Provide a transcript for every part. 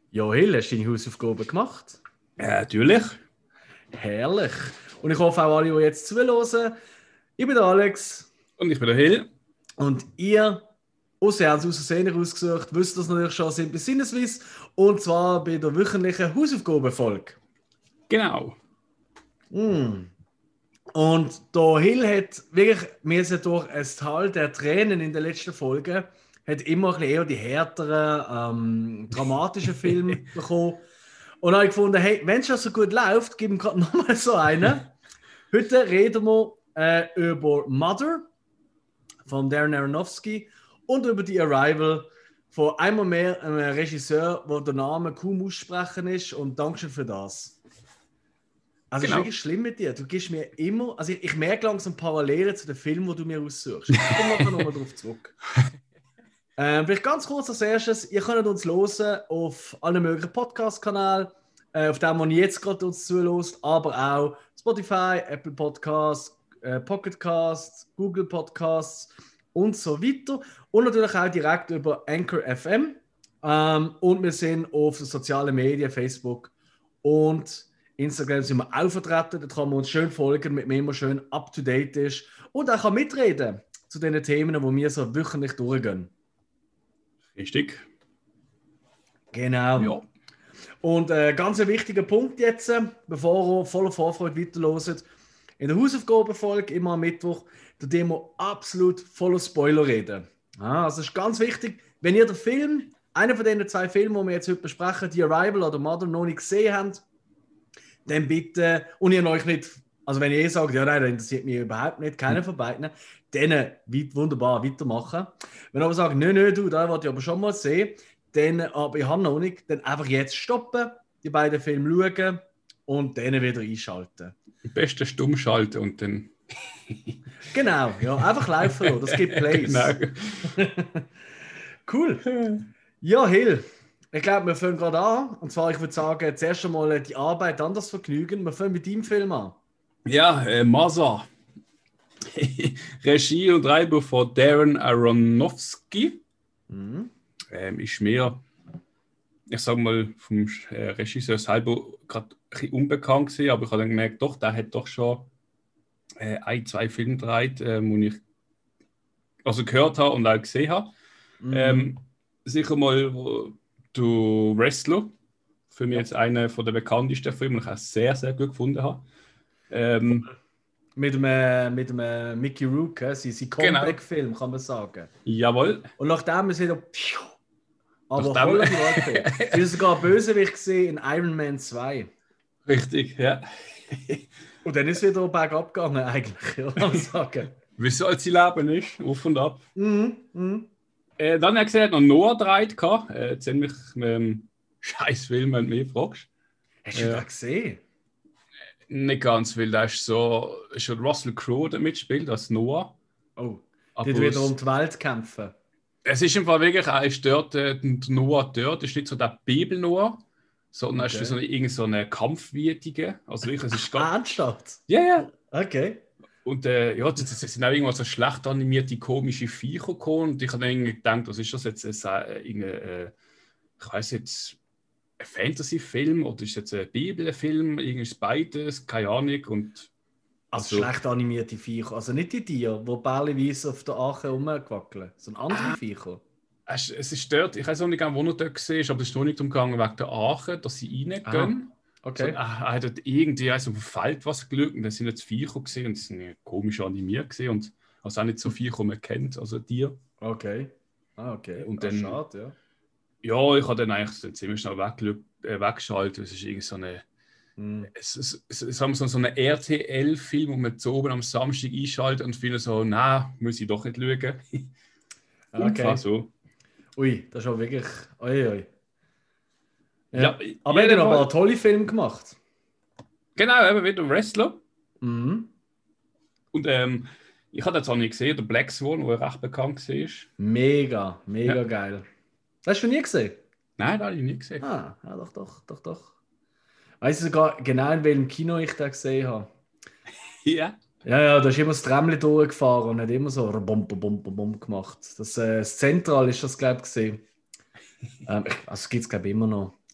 Ja, Hill, hast du deine Hausaufgaben gemacht? Ja, natürlich. Herrlich. Und ich hoffe auch alle, die jetzt zuhören. Ich bin der Alex. Und ich bin der Hill. Und ihr, aus Herz, aus Sehne ausgesucht, wisst das natürlich schon, sind bei Sinneswiss. Und zwar bei der wöchentlichen Hausaufgabenfolge. Genau. Und der Hill hat wirklich, wir sind durch ein Tal der Tränen in der letzten Folge, hat immer ein bisschen eher die härteren, dramatischen Filme bekommen. Und dann habe ich gefunden, hey, wenn es schon so gut läuft, gib ihm gerade nochmal so einen. Heute reden wir über Mother von Darren Aronofsky und über die Arrival von einmal mehr einem Regisseur, wo der Name kaum aussprechen ist. Und Dankeschön für das. Also es ist wirklich schlimm mit dir. Du gibst mir immer, also ich merke langsam Parallelen zu den Filmen, die du mir aussuchst. Ich komme nachher nochmal darauf zurück. Vielleicht ganz kurz als erstes, ihr könnt uns hören auf allen möglichen Podcast-Kanälen, auf dem, wo ihr jetzt gerade uns zuhört, aber auch Spotify, Apple Podcasts, Pocket Casts, Google Podcasts und so weiter. Und natürlich auch direkt über Anchor FM. Und wir sind auf den sozialen Medien, Facebook und Instagram sind wir auch vertreten. Da kann man uns schön folgen, damit man immer schön up-to-date ist und auch mitreden zu den Themen, die wir so wöchentlich durchgehen. Richtig. Genau. Ja. Und ganz ein wichtiger Punkt jetzt, bevor ihr voller Vorfreude weiterhört. In der Hausaufgabenfolge, immer am Mittwoch, da wir absolut voller Spoiler reden. Also es ist ganz wichtig, wenn ihr den Film, einen von den 2 Filmen, die wir jetzt heute besprechen, The Arrival oder Mother, noch nicht gesehen habt, dann bitte, und ihr euch nicht, also wenn ihr sagt, ja nein, das interessiert mich überhaupt nicht, keiner von beiden, dann wunderbar weitermachen. Wenn ihr aber sagt, nö, du, da wollte ich aber schon mal sehen, dann, aber ich habe noch nicht, dann einfach jetzt stoppen, die beiden Filme schauen und dann wieder einschalten. Am besten stumm schalten und dann... Genau, ja, einfach laufen lassen, das gibt Plays. Genau. Cool. Ja, Hill, ich glaube, wir fangen gerade an. Und zwar, ich würde sagen, zuerst einmal die Arbeit, dann das Vergnügen. Wir fangen mit deinem Film an. Ja, Mother. Regie und Drehbuch von Darren Aronofsky. Ist mir, ich sage mal, vom Regisseur selber gerade ein bisschen unbekannt gewesen, aber ich habe dann gemerkt, doch, der hat doch schon 1-2 Filme gedreht, die ich also gehört habe und auch gesehen habe. Sicher mal «The Wrestler», für mich jetzt einer der bekanntesten Filme, den ich auch sehr, sehr gut gefunden habe. Mit dem Mickey Rourke, sein Comeback-Film, kann man sagen. Jawohl. Und nachdem ist wieder aber voll die Waldfilm. Sie war sogar Bösewicht gesehen in Iron Man 2. Richtig, ja. Und dann ist es wieder bergab gegangen, eigentlich, kann man sagen. Wie soll sie leben, ist? Auf und ab. Dann hat er gesehen, hat noch Noah gedreht. Jetzt haben mich mit dem Scheiß-Film, wenn du mich fragst. Hast du das gesehen? Nicht ganz, weil da ist so schon Russell Crowe der mitspielt als Noah. Oh, die wieder um die Welt kämpfen. Es ist im Fall wirklich, er ist dort, der Noah dort, ist nicht so der Bibel-Noah, sondern er ist so eine Kampfwütige. Also wirklich, es ist Ernsthaft? Ja, ja. Okay. Und ja, das sind auch irgendwas so schlecht animierte, komische Viecher gekommen. Und ich habe dann gedacht, was ist das jetzt? Ich weiß jetzt, ein Fantasy-Film oder ist jetzt ein Bibelfilm? Irgendwie beides, keine Ahnung. Und also schlecht animierte Viecher. Also nicht die Tiere, die bälleweise auf der Ache rumwackeln, sondern andere Viecher. Es ist dort, ich weiß auch nicht, wo er dort war, aber es ist noch nicht umgegangen wegen der Ache, dass sie reingehen. Okay. So, er hat dort irgendwie auf dem Feld was geschaut und da sind jetzt Viecher gesehen und die sind komisch animiert gesehen und also auch nicht so Viecher, die man kennt, also Tiere. Okay. Okay. Und dann, schade, ja. Ja, ich habe dann eigentlich ziemlich schnell weggeschaltet. Es ist irgendwie so eine haben so einen RTL-Film, wo man so oben am Samstag einschaltet und viele so, na, muss ich doch nicht schauen. Okay. So. Ui, das ist auch wirklich. Ui. Ja, aber er hat aber einen tollen Film gemacht. Genau, eben wieder Wrestler. Mhm. Und ich habe das auch nicht gesehen, der Black Swan, der recht bekannt war. Mega geil. Hast du nie gesehen? Nein, das habe ich nicht gesehen. Ja, doch. Weißt du sogar genau, in welchem Kino ich den gesehen habe? Ja. Ja, da ist immer das Tramli durchgefahren und hat immer so bum gemacht. Das Zentral ist das, glaube ich, gesehen. Also gibt es, glaube ich, immer noch.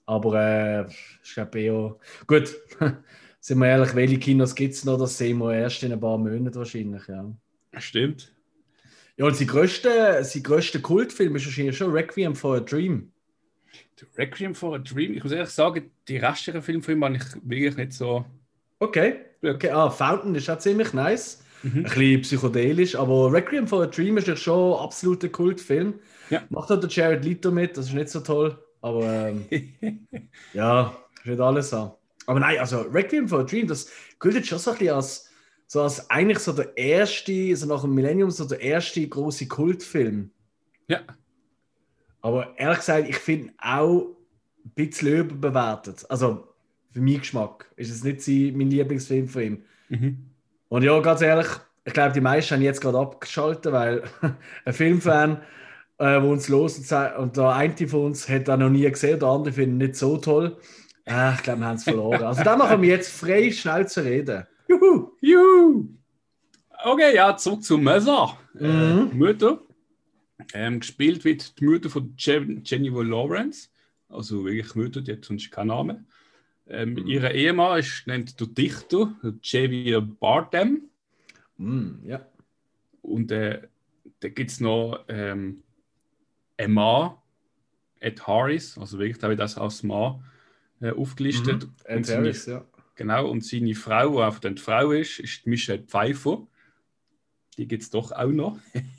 Aber ich glaube eher... Gut, sind wir ehrlich, welche Kinos gibt es noch? Das sehen wir erst in ein paar Monaten wahrscheinlich, ja. Stimmt. Ja, und sein grösster Kultfilm ist wahrscheinlich schon Requiem for a Dream. Requiem for a Dream. Ich muss ehrlich sagen, die restlichen Filme habe ich wirklich nicht so... Okay. Fountain ist auch ziemlich nice. Mhm. Ein bisschen psychedelisch, aber Requiem for a Dream ist ja schon ein absoluter Kultfilm. Ja. Macht auch der Jared Leto mit, das ist nicht so toll. Aber ja, ist nicht alles so. Aber nein, also Requiem for a Dream, das gilt jetzt schon so ein bisschen als eigentlich so der erste, so nach dem Millennium, so der erste große Kultfilm. Ja. Aber ehrlich gesagt, ich finde auch ein bisschen überbewertet. Also für meinen Geschmack ist es nicht mein Lieblingsfilm von ihm. Mhm. Und ja, ganz ehrlich, ich glaube, die meisten haben jetzt gerade abgeschaltet, weil ein Filmfan, wo uns los und der eine von uns hat das noch nie gesehen, der andere findet ihn nicht so toll. Ich glaube, wir haben es verloren. Also da machen wir jetzt frei, schnell zu reden. Juhu! Juhu! Okay, ja, zurück zum Messer. Mhm. Mutter. Gespielt wird die Mutter von Jennifer Lawrence. Also wirklich Mutter, die hat sonst keinen Namen. Ihr Ehemann ist genannt der Dichter, Javier Bardem. Ja. Und dann gibt es noch einen Mann, Ed Harris, also wirklich, da wird das als Mann aufgelistet. Ed Harris, ja. Genau, und seine Frau, die einfach dann die Frau ist die Michelle Pfeiffer. Die gibt es doch auch noch.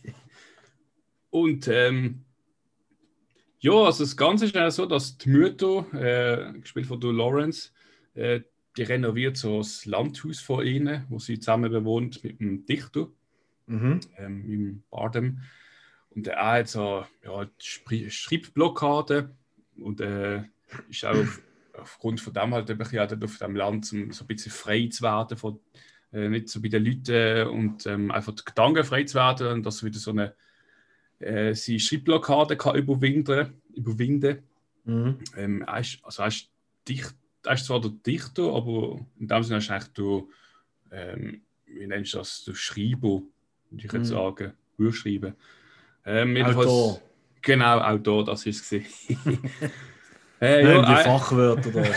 Und ja, also das Ganze ist ja so, dass die Mutter, gespielt von Lawrence, die renoviert so das Landhaus von ihnen, wo sie zusammen bewohnt mit dem Dichter, im Bardem. Und er hat so Schreibblockade und ist auch aufgrund von dem halt eben auf dem Land, um so ein bisschen frei zu werden, von, nicht so bei den Leuten und einfach die Gedanken frei zu werden und dass wieder so eine seine Schreibblockade kann überwinden. Er ist zwar der Dichter, aber in dem Sinne ist er eigentlich der, wie nennst du das, der Schreiber, würde ich jetzt sagen, Urschreiber. Autor. Genau, Autor, das ist es. Die Fachwörter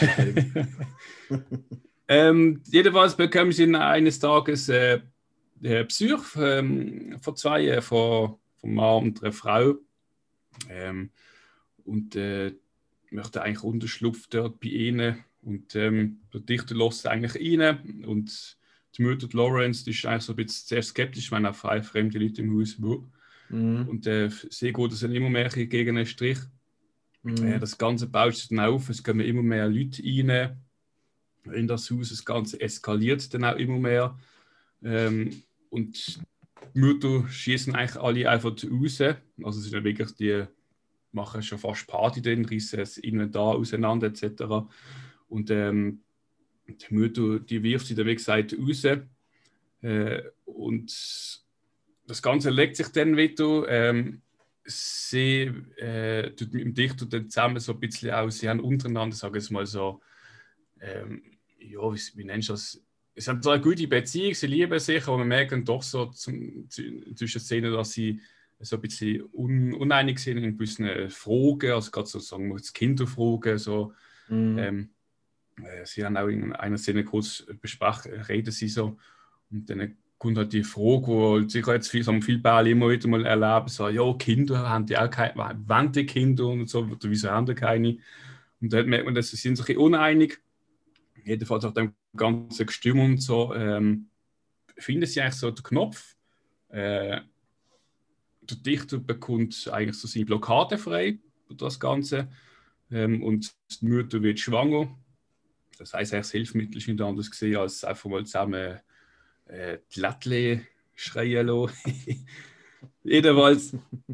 da. Jedenfalls bekommen sie eines Tages Besuch von zwei, vom Mann und einer Frau. Und möchte eigentlich Unterschlupf dort bei ihnen. Und der Dichter lässt eigentlich rein. Und die Mutter Lawrence, die ist eigentlich so ein bisschen sehr skeptisch, wenn auch fremde Leute im Haus sind. Und sehr gut, es sind immer mehr gegen einen Strich. Das Ganze baut sich dann auf, es kommen immer mehr Leute rein in das Haus, das Ganze eskaliert dann auch immer mehr. Und die Mutter schießen eigentlich alle einfach raus. Also sind wirklich die machen schon fast Party drin, reißen das Inventar auseinander etc. Und die Mutter, die wirft sie dann wie gesagt raus. Und das Ganze legt sich dann wieder. Sie tut mit dem Dichter dann zusammen so ein bisschen aus. Sie haben untereinander, sagen wir es mal so, ja, wie nennst du das? Es haben so eine gute Beziehung, sie lieben sich, aber man merkt dann doch so zwischen Szenen, dass sie so ein bisschen uneinig sind in gewissen Fragen, also gerade so sagen wir jetzt Kinderfragen. So. Sie haben auch in einer Szene kurz besprochen, reden sie so und dann kommt halt die Frage, wo sicher jetzt viele Bälle immer wieder mal erleben, so, ja, Kinder, haben die auch keine, wollen die Kinder und so, oder wieso haben die keine? Und dann merkt man, dass sie sind sich uneinig. Jedenfalls auf dem ganzen Gestüm und so, finden sie eigentlich so den Knopf. Der Dichter bekommt eigentlich so seine Blockade frei für das Ganze. Und die Mutter wird schwanger. Das heisst, das Hilfsmittel ist nicht anders gesehen, als einfach mal zusammen die Lättle schreien lassen. Jedenfalls.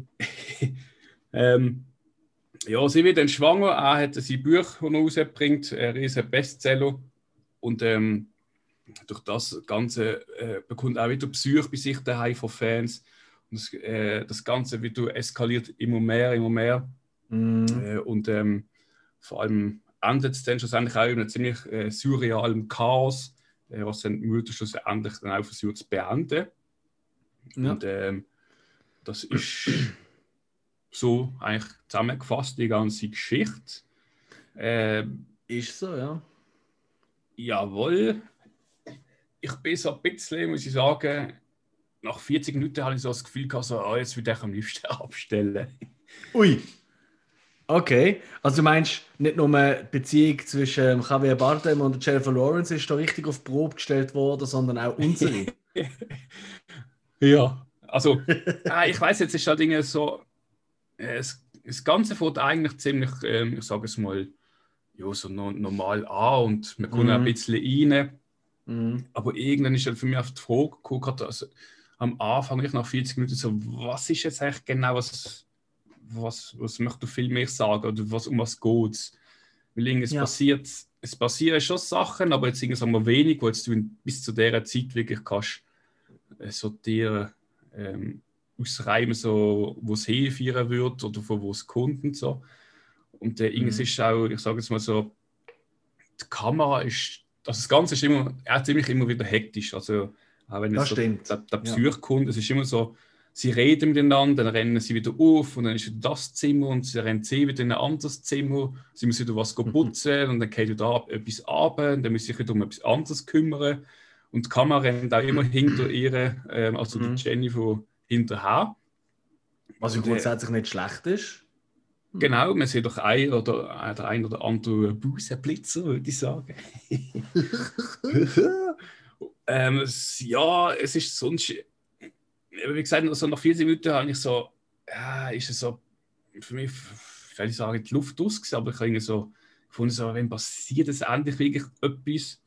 Ja, sie wird dann schwanger. Er hat sein Buch, das er rausbringt. Er ist ein Bestseller. Und durch das Ganze bekommt auch wieder Besuch bei sich daheim von Fans. Und das Ganze wird eskaliert immer mehr. Und vor allem endet es dann schlussendlich auch in einem ziemlich surrealen Chaos, was dann die Mutter schlussendlich dann auch versucht zu beenden. Ja. Und das ist so eigentlich zusammengefasst, die ganze Geschichte. Ist so, ja. Jawohl. Ich bin so ein bisschen, muss ich sagen, nach 40 Minuten habe ich so das Gefühl gehabt, so, jetzt würde ich am liebsten abstellen. Ui. Okay. Also du meinst, nicht nur die Beziehung zwischen Javier Bardem und Jennifer Lawrence ist da richtig auf die Probe gestellt worden, sondern auch unsere. Ja. Also, ich weiß jetzt, ist halt Dinge so, das Ganze fängt eigentlich ziemlich, ich sage es mal, ja, so normal an und man kommt auch ein bisschen rein. Aber irgendwann ist halt für mich auf die Frage gekommen, gerade also, am Anfang, ich nach 40 Minuten, so, was ist jetzt eigentlich genau, was möchte du viel mehr sagen oder um was geht es? Weil Ja. es passieren schon Sachen, aber jetzt sagen wir wenig, wo jetzt du bis zu dieser Zeit wirklich kannst sortieren, ausreimen, so, wo es hinführen wird oder von wo es kommt und so. Und irgendwas ist auch, ich sage jetzt mal so, die Kamera ist, also das Ganze ist immer, ziemlich immer wieder hektisch. Also auch wenn Das jetzt so stimmt. der Besuch kommt, es ist immer so, sie reden miteinander, dann rennen sie wieder auf und dann ist wieder das Zimmer und sie rennen sie wieder in ein anderes Zimmer, sie müssen wieder was putzen und dann geht wieder etwas ab und dann müssen sie sich wieder um etwas anderes kümmern und die Kamera rennt auch immer hinter ihr, also die Jennifer hinterher. Was ja grundsätzlich nicht schlecht ist. Genau, man sieht doch ein oder andere Busenblitzer, würde ich sagen. Ja, es ist sonst, wie gesagt, also nach 40 Minuten habe ich so, ist es so, für mich, will ich sagen, die Luft aus, aber ich habe so gefunden, so, wenn passiert es endlich wirklich etwas.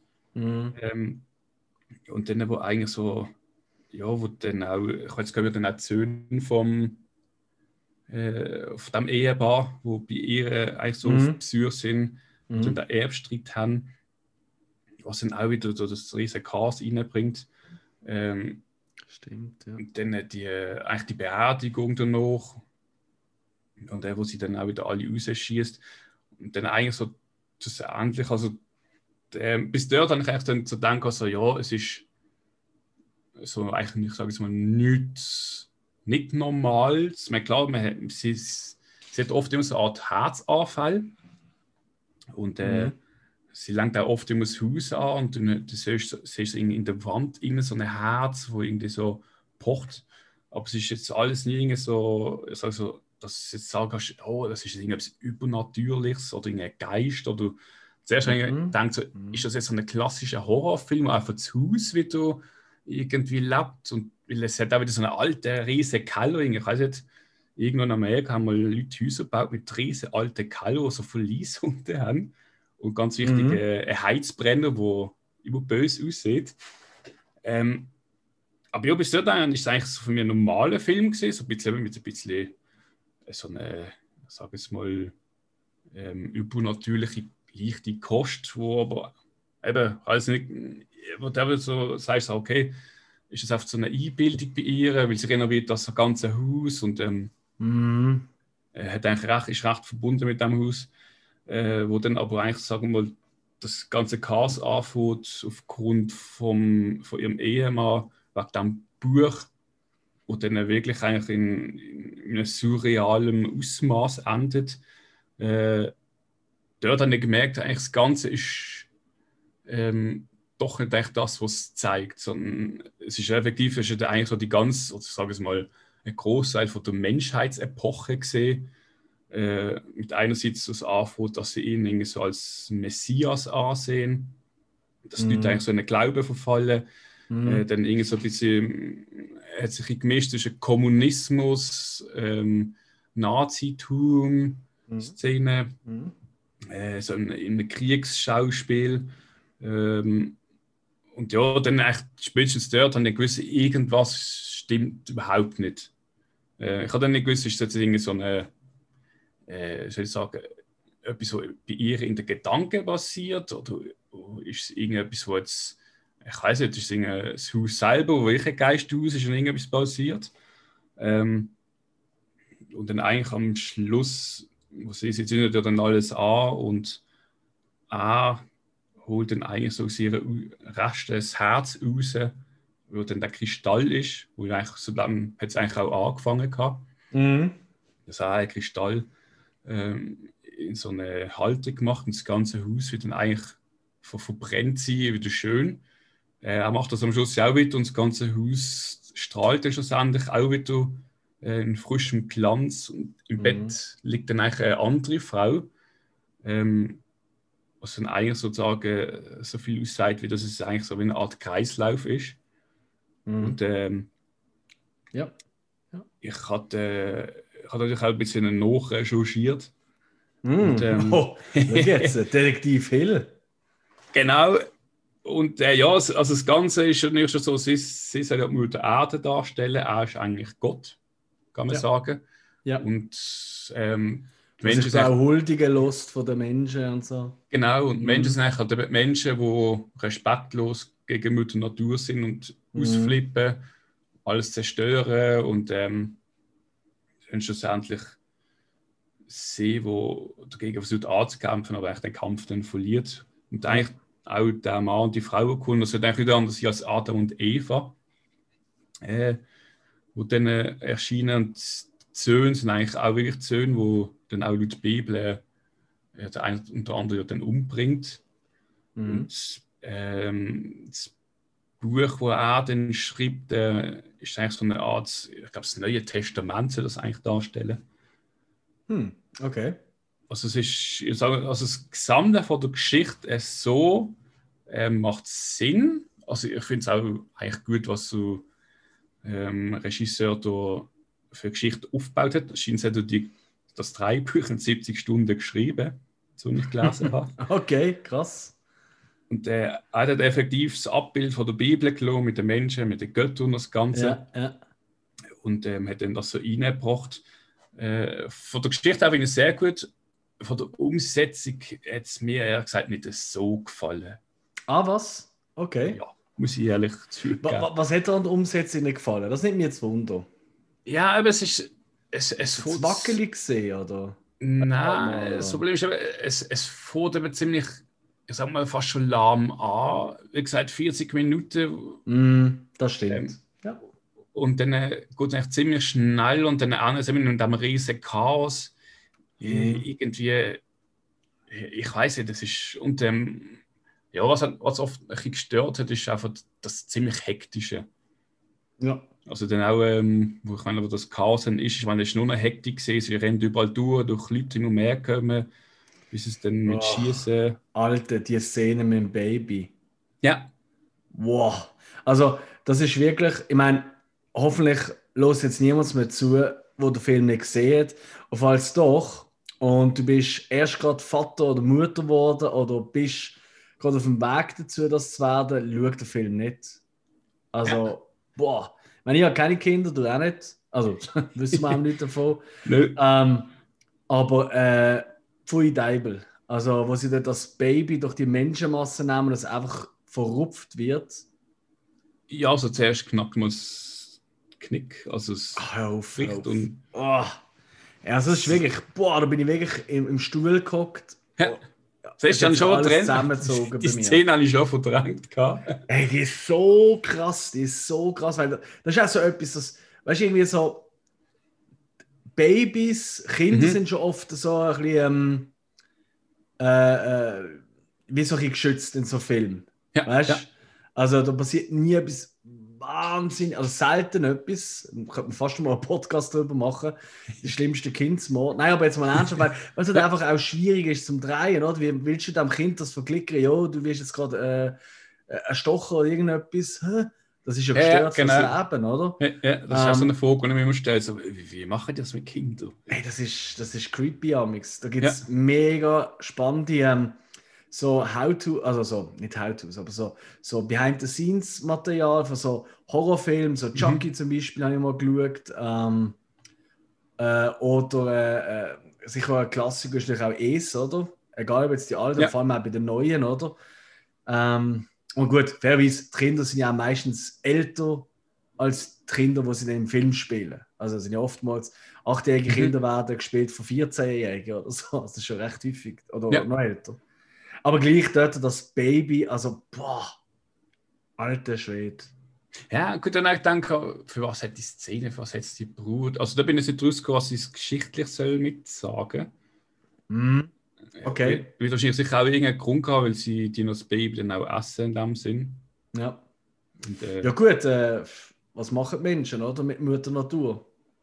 Und dann, wo eigentlich so, ja, wo dann auch, ich habe jetzt gehört, dann auch die Söhne vom auf dem Ehepaar, wo bei ihr eigentlich so auf Besuch sind und dann den Erbstreit haben, was dann auch wieder so das riesige Chaos reinbringt. Stimmt, ja. Und dann eigentlich die Beerdigung danach und wo sie dann auch wieder alle rausschießt. Und dann eigentlich so schlussendlich, also bis dort habe ich eigentlich dann zu denken, also ja, es ist so eigentlich, ich sage jetzt mal, nichts nicht Normales. Ich meine, klar, sie hat oft immer so eine Art Herzanfall und sie lenkt auch oft immer das Haus an und du siehst in der Wand so ein Herz, wo irgendwie so pocht. Aber es ist jetzt alles nie irgendwie so, ich sage so, dass du jetzt sagen kannst, oh, das ist irgendetwas Übernatürliches oder ein Geist. Oder zuerst denkst so, ist das jetzt so ein klassischer Horrorfilm, wo einfach das Haus wieder irgendwie lebt? Und weil es hat auch wieder so einen alten, riesigen Keller. Ich weiß nicht, irgendwo in Amerika haben mal Leute Häuser gebaut mit riesigen alten Keller, die so Verlies unten haben. Und ganz wichtig, ein Heizbrenner, der immer böse aussieht. Aber ja, bis dahin ist es eigentlich so für mich ein normaler Film gewesen, so ein bisschen mit ein bisschen so eine, sag ich mal, übernatürliche leichte Kost, wo aber eben, also nicht, wo du so sagst, okay, ist das einfach so eine Einbildung bei ihr, weil sie renoviert das ganze Haus und hat eigentlich ist recht verbunden mit dem Haus, wo dann aber eigentlich, sagen wir mal, das ganze Chaos anfängt aufgrund von ihrem Ehemann, wegen dem Buch, und dann wirklich eigentlich in einem surrealen Ausmaß endet. Dort habe ich gemerkt, eigentlich das Ganze ist doch nicht echt das, was es zeigt, sondern es ist effektiv, es ist eigentlich so die ganze, oder sagen wir mal, ein Großteil von der Menschheitsepoche gesehen. Mit einerseits das anfängt, dass sie ihn irgendwie so als Messias ansehen, dass die Leute eigentlich so in einen Glauben verfallen. Dann irgendwie so ein bisschen hat sich gemischt zwischen Kommunismus, Nazitum, Szene, so in einem Kriegsschauspiel. Und ja, dann echt spätestens dort habe ich gewusst, irgendwas stimmt überhaupt nicht. Ich habe dann nicht gewusst, ist das irgendwie so eine, soll ich sagen, etwas, was bei ihr in den Gedanken passiert, oder ist es irgendetwas, wo jetzt, ich weiß nicht, ist es das Haus selber, wo ich ein Geisthaus ist und irgendetwas passiert. Und dann eigentlich am Schluss, wo sie zündet ja dann alles an und holt dann eigentlich so aus ihrem Rest das Herz raus, wo dann der Kristall ist, wo eigentlich so dann hat es eigentlich auch angefangen gehabt. Das ist ein Kristall. in so eine Haltung gemacht und das ganze Haus wird dann eigentlich verbrennt sein, wieder schön. Er macht das am Schluss auch wieder und das ganze Haus strahlt dann schlussendlich auch wieder in frischem Glanz. Und im Bett liegt dann eigentlich eine andere Frau, was dann eigentlich sozusagen so viel aussagt, wie dass es eigentlich so wie eine Art Kreislauf ist. Und ja. ich hatte natürlich auch ein bisschen nachrecherchiert. Oh, jetzt, Detektiv Hill. Genau. Und ja, also das Ganze ist ja nicht so, sie soll ja nur die Erde darstellen, er ist eigentlich Gott, kann man sagen. Ja. Und die Menschen sind auch huldigen Lust von den Menschen und so. Genau, und Menschen sind eigentlich halt Menschen, die respektlos gegen Mutter Natur sind und ausflippen, alles zerstören und dann schlussendlich sie, wo dagegen versucht anzukämpfen, aber eigentlich den Kampf dann verliert. Und eigentlich auch der Mann und die Frau kommen, das wird eigentlich wieder anders als Adam und Eva, wo dann erscheinen. Und die Söhne sind eigentlich auch wirklich die Söhne, die dann auch laut der Bibel der eine unter anderem dann umbringt. Und das Buch, das er dann schreibt, ist eigentlich so eine Art, ich glaube, das Neue Testament soll das eigentlich darstellen. Okay. Also es ist, ich sage, also das Gesamte von der Geschichte so macht Sinn. Also ich finde es auch eigentlich gut, was so Regisseur da für Geschichte aufgebaut hat. Scheint hat das Drehbuch in 70 Stunden geschrieben, so ich gelesen habe. Okay, krass. Und er hat effektiv das Abbild von der Bibel genommen mit den Menschen, mit den Göttern und das Ganze. Ja. Und hat dann das so reingebracht. Von der Geschichte finde ich es sehr gut. Von der Umsetzung hat es mir ehrlich gesagt nicht so gefallen. Ah, was? Okay. Ja, muss ich ehrlich zugeben. Was hat dir an der Umsetzung nicht gefallen? Das nimmt mich jetzt Wunder. Ja, aber es ist... Es wackelig gesehen, oder? Nein, das Problem ist, es fährt eben ziemlich, ich sag mal, fast schon lahm an. Wie gesagt, 40 Minuten. Das stimmt. Ja. Und dann geht es eigentlich ziemlich schnell und dann sind wir in diesem riesen Chaos. Irgendwie, ich weiß nicht, das ist. Und ja, was oft ein bisschen gestört hat, ist einfach das ziemlich Hektische. Ja. Also dann auch, wo das Chaos dann ist, ich meine, es war nur eine Hektik gesehen, sie rennen überall durch Leute hin und her kommen, bis es dann mit Schießen. Alter, die Szene mit dem Baby. Ja. Wow. Also, das ist wirklich, ich meine, hoffentlich hört jetzt niemand mehr zu, der den Film nicht gesehen hat. Und falls doch, und du bist erst gerade Vater oder Mutter geworden oder bist gerade auf dem Weg dazu, das zu werden, schau den Film nicht. Also, boah. Ich meine, ich habe keine Kinder, du auch nicht. Also, wissen wir auch nicht davon. Nö. Aber pfui Deibel. Also, wo sie dort das Baby durch die Menschenmasse nehmen, das einfach verrupft wird. Ja, also zuerst knackt man das Knick, also es bricht und... Oh. Ja, also das ist wirklich... Boah, da bin ich wirklich im Stuhl gehockt. Ja. Das ist dann schon zusammengezogen. Die Szene habe ich schon verdrängt. Ey, die ist so krass, weil das ist auch so etwas, das, weißt du, irgendwie so Babys, Kinder sind schon oft so ein bisschen wie so ein bisschen geschützt in so Filmen. Ja, weißt du? Ja. Also da passiert nie etwas wahnsinnig, also selten etwas. Da könnte man fast mal einen Podcast darüber machen. Die schlimmste Kindsmord. Nein, aber jetzt mal ernsthaft, weil es einfach auch schwierig ist zum Drehen, oder? Wie willst du dem Kind das verklickern? Ja, du wirst jetzt gerade erstochen oder irgendetwas. Das ist ja gestört fürs Leben, oder? Ja, das ist auch so eine Frage, die ich mir immer stelle. So, wie machen die das mit Kindern? Hey, das ist creepy, amix. Da gibt es mega spannende so How-to, also so, nicht How-Tos, aber so Behind-the-Scenes-Material von so Horrorfilmen, so Chucky zum Beispiel habe ich mal geschaut. Oder sicher ein Klassiker ist natürlich auch Es, oder? Egal ob jetzt die alten, vor allem auch bei den neuen, oder? Und gut, fairerweise, die Kinder sind ja meistens älter als die Kinder, die sie dann im Film spielen. Also es sind ja oftmals 8-jährige Kinder werden gespielt von 14-Jährigen oder so. Das ist schon recht häufig. Oder noch älter. Aber gleich dort das Baby, also boah, alter Schwede. Ja, gut, dann ich denke, für was hat die Szene, für was hat die gebraucht? Also da bin ich nicht rausgekommen, was sie geschichtlich soll mitsagen. Mhm. Okay. Wird wahrscheinlich sicher auch irgendeinen Grund haben, weil sie die noch das Baby dann auch essen in dem Sinn. Ja. Und, Ja gut, was machen die Menschen, oder? Mit Mutter Natur?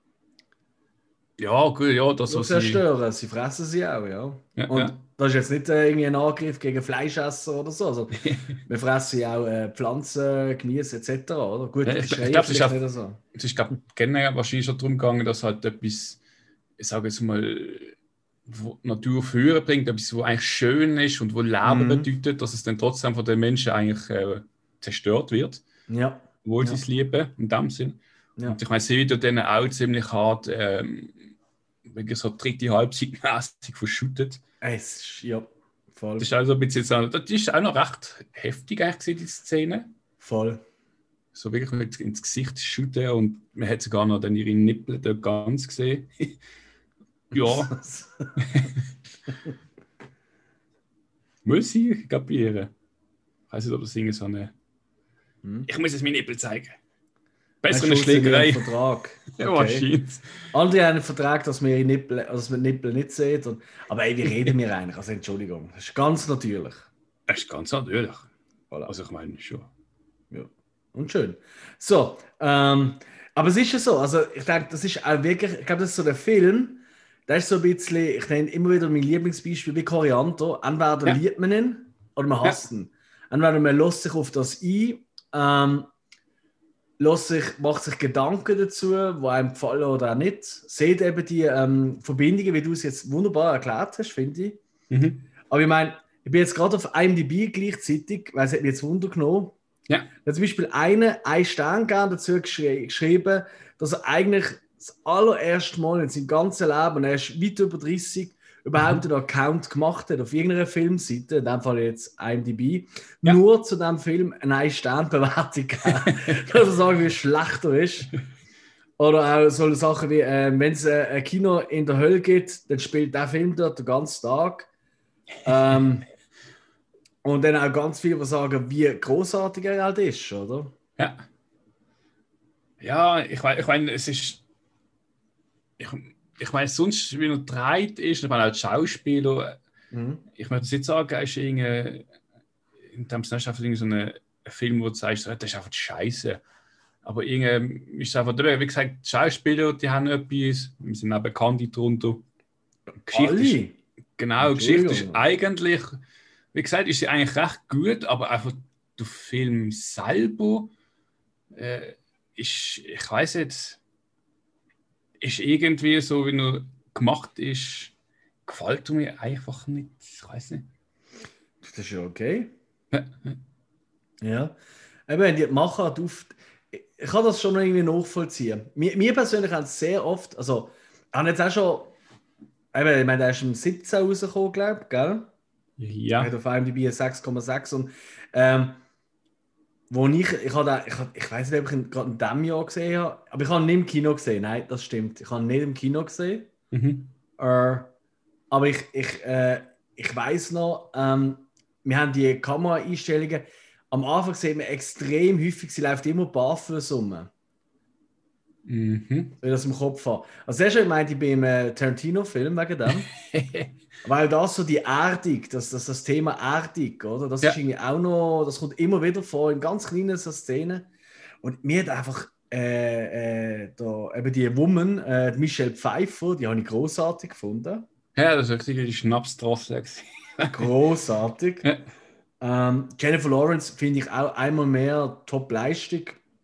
ja, gut, ja, das, Nur was sie... zerstören, sie fressen sie auch, ja. Ja, Und ja. das ist jetzt nicht irgendwie ein Angriff gegen Fleischesser oder so. Also, wir fressen ja auch Pflanzen, Gemüse etc., oder? Gut, Ja, die ich Schreien glaube, vielleicht nicht so. es ist glaub, generell wahrscheinlich schon darum gegangen, dass halt etwas, ich sage jetzt mal, wo die Natur führen bringt, etwas, wo eigentlich schön ist und wo Leben Mhm. bedeutet, dass es dann trotzdem von den Menschen eigentlich zerstört wird, Ja. obwohl sie Ja. es lieben, in dem Sinn. Ja. Und ich meine, sie wird dann auch ziemlich hart, wirklich so dritte Halbzeit mäßig verschüttet. Es ist, ja, voll. Das ist also ein bisschen so, das ist auch noch recht heftig eigentlich gewesen, die Szene. Voll. So wirklich mit ins Gesicht schütten und man hat sogar noch dann ihre Nippel dort ganz gesehen. Ja, muss ich kapieren. Ich weiß nicht, ob das irgendwie so eine... Ich muss jetzt meine Nippel zeigen. Besser eine Schlägerei. Vertrag. Ja, Okay. wahrscheinlich. Andere haben einen Vertrag, dass wir ihre Nippel, also die Nippel nicht sehen. Und, aber ey, wie reden wir eigentlich? Also Entschuldigung, das ist ganz natürlich. Das ist ganz natürlich. Voilà. Also ich meine schon. Ja. Und schön. So, aber es ist ja so, also ich denke, das ist auch wirklich, ich glaube, das ist so der Film, der ist so ein bisschen, ich nenne immer wieder mein Lieblingsbeispiel wie Koriander. Entweder liebt man ihn oder man hasst ihn. Entweder man lässt sich auf das ein, macht sich Gedanken dazu, die einem gefallen oder auch nicht. Seht eben die Verbindungen, wie du es jetzt wunderbar erklärt hast, finde ich. Mhm. Aber ich meine, ich bin jetzt gerade auf IMDb gleichzeitig, weil es hat mich jetzt Wunder genommen. Ja. Er hat zum Beispiel einen Stern dazu geschrieben, dass er eigentlich das allererste Mal in seinem ganzen Leben, und er ist weit über 30, überhaupt einen Account gemacht hat auf irgendeiner Filmseite, in dem Fall jetzt IMDb, nur zu diesem Film eine 1-Stern-Bewertung geben, dass er sagen, wie schlecht er ist. Oder auch so Sachen wie, wenn es ein Kino in der Hölle gibt, dann spielt der Film dort den ganzen Tag. Und dann auch ganz viele, die sagen, wie großartig er halt ist, oder? Ja. Ja, ich meine, es ist... Ich meine, sonst, wie er dreht ist, ich meine, als Schauspieler, ich möchte jetzt nicht sagen, er ist irgendwie... In dem Sinne ist einfach irgendwie so ein Film, wo du sagst, das ist einfach scheiße. Aber irgendwie ist es einfach, wie gesagt, die Schauspieler, die haben etwas, wir sind auch Bekannte drunter. Geschichte ist eigentlich, wie gesagt, ist sie eigentlich recht gut, aber einfach der Film selber ist, ich weiß jetzt, ist irgendwie so, wie er gemacht ist, gefällt mir einfach nicht. Ich weiß nicht. Das ist ja okay. Ja. Eben, die Machart auf. Ich kann das schon noch irgendwie nachvollziehen. Mir persönlich haben es sehr oft, also, ich habe jetzt auch schon, eben, ich meine, der ist im 17 rausgekommen, glaube ich, gell? Ja. Er hat auf IMDb 6,6 und wo ich weiß nicht, ob ich ihn gerade in diesem Jahr gesehen habe, aber ich habe ihn nicht im Kino gesehen, nein, das stimmt. Ich habe ihn nicht im Kino gesehen. Aber ich weiß noch, wir haben die Kameraeinstellungen, am Anfang sieht man extrem häufig, sie läuft immer barfuß rum. Weil das im Kopf habe. Also sehr schön meinte ich beim Tarantino-Film wegen dem. Weil das so die Erdung, das Thema Erdung, oder? Das ist irgendwie auch noch, das kommt immer wieder vor in ganz kleinen so Szenen. Und mir hat einfach da, eben die Woman, die Michelle Pfeiffer, die habe ich großartig gefunden. Ja, das war richtig die Schnapsdrossel. Großartig. Jennifer Lawrence finde ich auch einmal mehr Top-Leistung.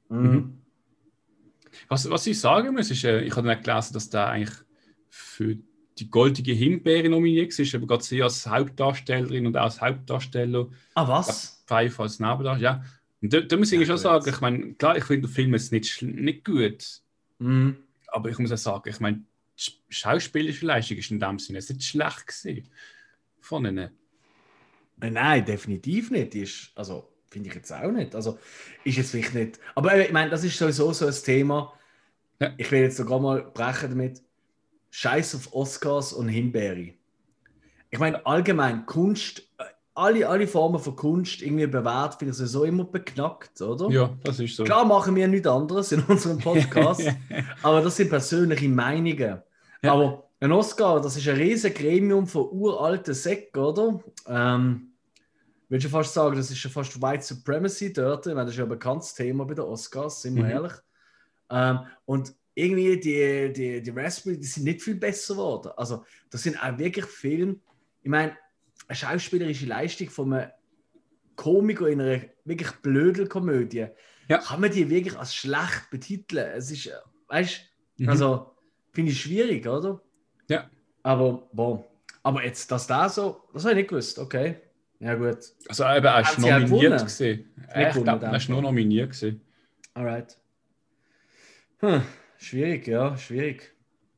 Was ich sagen muss, ist, ich habe nicht gelesen, dass der eigentlich für die Goldige Himbeere nominiert ist, aber gerade sie als Hauptdarstellerin und auch als Hauptdarsteller. Ah, was? Pfeiffer als Nebendarsteller, ja. Und da muss ich schon sagen, ich meine, klar, ich finde den Film jetzt nicht gut. Aber ich muss auch sagen, ich meine, die schauspielerische Leistung ist in dem Sinne nicht schlecht gewesen. Von ihnen. Nein, definitiv nicht. Also, finde ich jetzt auch nicht. Also, ist jetzt vielleicht nicht. Aber ich meine, das ist sowieso so ein Thema. Ja. Ich will jetzt sogar mal brechen damit. Scheiß auf Oscars und Himbeere. Ich meine, allgemein Kunst, alle Formen von Kunst irgendwie bewährt, finde ich sowieso immer beknackt, oder? Ja, das ist so. Klar machen wir nichts anderes in unserem Podcast, aber das sind persönliche Meinungen. Ja. Aber Ein Oscar, das ist ein riesiges Gremium von uralten Säcken, oder? Willst du fast sagen, das ist schon fast White Supremacy dort. Ich meine, das ist ja ein bekanntes Thema bei den Oscars, sind wir ehrlich. Und irgendwie die Raspberry, die sind nicht viel besser geworden. Also, das sind auch wirklich Filme. Ich meine, eine schauspielerische Leistung von einem Komiker in einer wirklich blöden Komödie, kann man die wirklich als schlecht betiteln? Es ist, weißt du, also finde ich schwierig, oder? Ja. Aber, boah. Aber jetzt, das habe ich nicht gewusst, okay. Ja, gut. Also, eben, er ist nominiert gesehen. Ich glaube, er ist nur nominiert gesehen. Alright. Schwierig, ja, schwierig.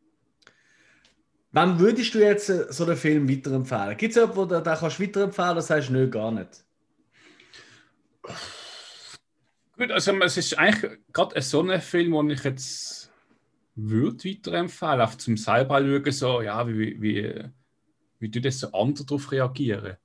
Wann würdest du jetzt so einen Film weiterempfehlen? Gibt es jemanden, wo du den kannst weiterempfehlen oder sagst du, nö, gar nicht? Gut, also es ist eigentlich gerade so ein Film, den ich jetzt würde weiterempfehlen, einfach zum selber schauen, so, ja, wie du das so anders darauf reagieren.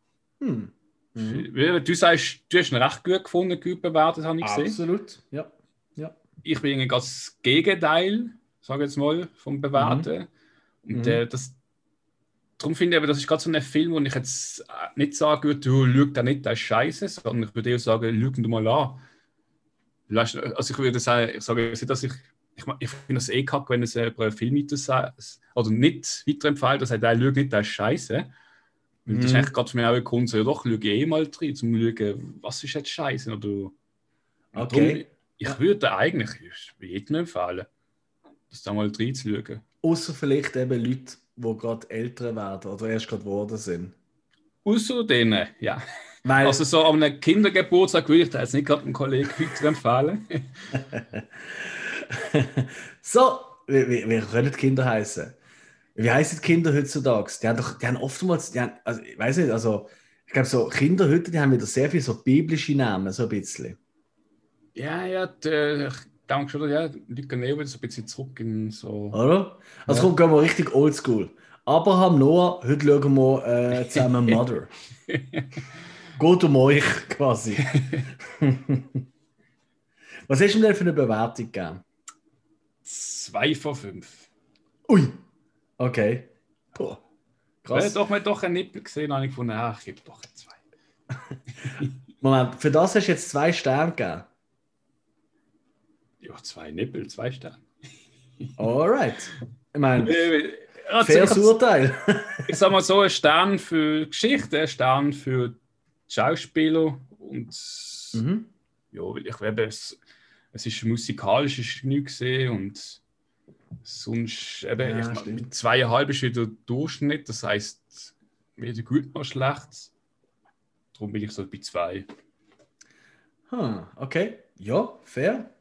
Du sagst, du hast ihn recht gut gefunden, gut bewertet, habe ich gesehen. Absolut, ja. Ich bin ganz das Gegenteil, sage ich jetzt mal, vom Bewerten. Und darum finde ich, das ist gerade so ein Film, wo ich jetzt nicht sagen würde, du schau da nicht, das ist scheiße, sondern ich würde eher sagen, schau ihn mal an. Also ich würde sagen, ich sage jetzt nicht, dass ich finde das eh kacke, wenn es über einen Film oder nicht weiterempfehlt, das heißt, schau nicht, das ist scheiße. Das ist eigentlich gerade für mich auch ein Grund, so, ja doch, schau eh mal rein, um zu schauen, was ist jetzt scheiße. Oder okay. Ich würde eigentlich jedem empfehlen, das da mal reinzuschauen. Außer vielleicht eben Leute, die gerade älter werden oder erst gerade geworden sind. Außer denen, ja. Also so an einem Kindergeburtstag würde ich da jetzt nicht gerade einem Kollegen heute empfehlen. So, wie können die Kinder heißen? Wie heißen die Kinder heutzutage? Die haben oftmals, also ich weiß nicht, also ich glaube so Kinder heute, die haben wieder sehr viel so biblische Namen, so ein bisschen. Ja, ich denke schon, ja, die gehen wieder so ein bisschen zurück in so... Oder? Also komm, gehen wir richtig oldschool. Abraham, Noah, heute schauen wir zusammen Mother. Geht um euch quasi. Was hast du denn für eine Bewertung gegeben? 2 von 5. Ui, okay. Boah. Krass. Wenn ich doch einen Nippel gesehen habe, ich gefunden, ich gebe doch 2. Moment, für das hast du jetzt 2 Sterne gegeben? Ja, 2 Nippel, 2 Sterne. Alright. Ich meine, also, faires Urteil. Ich sag mal so, ein Stern für Geschichte, ein Stern für Schauspieler und ja, weil ich werde es ist musikalisch ist nichts gesehen und sonst eben, Ja, 2,5 ist wieder Durchschnitt, das heisst weder gut noch schlecht. Darum bin ich so bei 2. Okay. Ja, fair.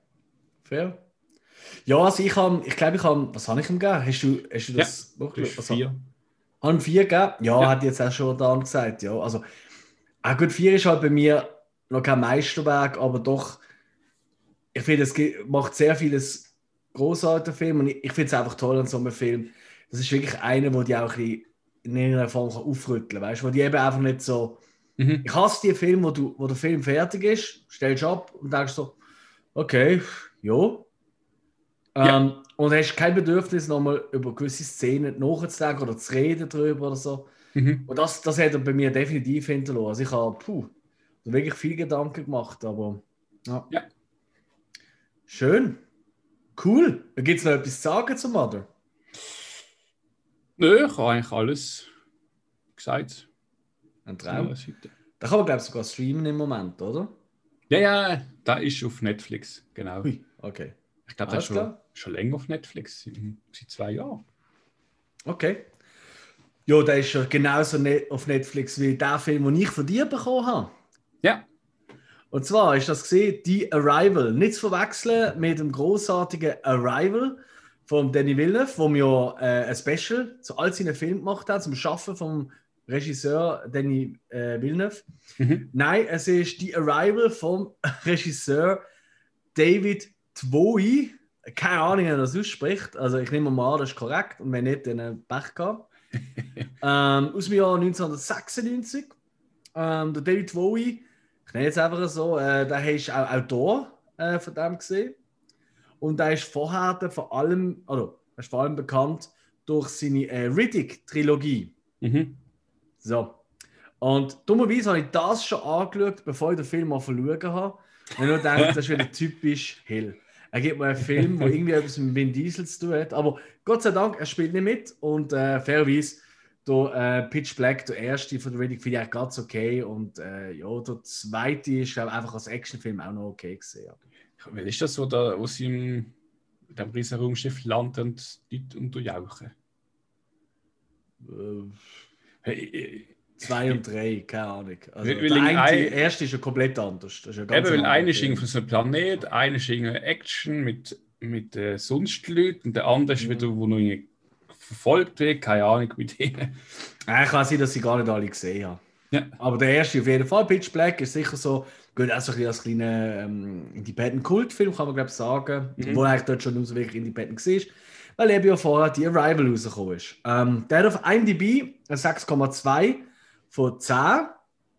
Ja, also ich glaube, was habe ich ihm gegeben? Hast du das? Ja, das ist 4. Haben 4 gegeben? Ja, hat jetzt auch schon Dan gesagt. Ja, also, gut, 4 ist halt bei mir noch kein Meisterwerk, aber doch, ich finde, es macht sehr vieles großartige Film und ich finde es einfach toll an so einem Film. Das ist wirklich einer, wo die auch ein bisschen in irgendeiner Form aufrütteln kann, weißt du, wo die eben einfach nicht so. Ich hasse die Filme, wo der Film fertig ist, stellst ab und denkst so, okay, jo. Und hast kein Bedürfnis, nochmal über gewisse Szenen nachzudenken oder zu reden darüber oder so. Und das hat er bei mir definitiv hinterlassen. Also ich habe wirklich viel Gedanken gemacht, aber ja. Schön. Cool. Gibt es noch etwas zu sagen zum Mother? Nö, ich habe eigentlich alles gesagt. Ein Traum. Da kann man, glaube ich, sogar streamen im Moment, oder? Ja, da ist auf Netflix, genau. Ui, okay. Ich glaube, das ist schon länger auf Netflix, seit 2 Jahren. Okay. Ja, der ist schon genauso auf Netflix wie der Film, den ich von dir bekommen habe. Ja. Und zwar ist das gesehen, The Arrival. Nicht zu verwechseln mit dem großartigen Arrival von Denis Villeneuve, wo wir ein Special zu all seinen Filmen gemacht haben, zum Schaffen vom Regisseur Denis Villeneuve. Nein, es ist The Arrival vom Regisseur David Twohy. Keine Ahnung, wie er das ausspricht. Also ich nehme mal an, das ist korrekt. Und wenn nicht, dann Pech gehabt. Aus dem Jahr 1996. Der David Twohy, ich nenne jetzt einfach so, der ist auch Autor von dem gesehen. Und der ist vorher vor allem bekannt durch seine Riddick-Trilogie. Mhm. So. Und dummerweise habe ich das schon angeschaut, bevor ich den Film mal schauen habe. Und ich nur gedacht, das ist wieder typisch Hill. Er gibt mir einen Film, der irgendwie etwas mit Vin Diesel zu tun hat. Aber Gott sei Dank, er spielt nicht mit. Und fairerweise, der Pitch Black, der erste von der Riddick, finde ich eigentlich ganz okay. Und ja, der zweite ist, glaube ich, einfach als Actionfilm auch noch okay gesehen. Weil ist das so, da, wo sie in dem riesen Raumschiff landen und Leute unterjauchen? Hey, 2 und 3, keine Ahnung. Also, weil erste ist ja komplett anders. Das ist ja eben, weil einer ist Film. irgendwie von so einem Planet, einer ist irgendwie Action mit sonst Leuten und der andere ist wieder, wo noch irgendwie verfolgt wird, keine Ahnung mit denen. Kann sein, dass ich gar nicht alle gesehen habe. Ja. Aber der erste auf jeden Fall, Pitch Black, ist sicher so, gut, auch so ein bisschen als kleiner Independent-Kultfilm, kann man glaube ich sagen, wo eigentlich dort schon so wirklich Independent war, weil eben ja vorher die Arrival rausgekommen ist. Der hat auf IMDb eine 6,2 von 10.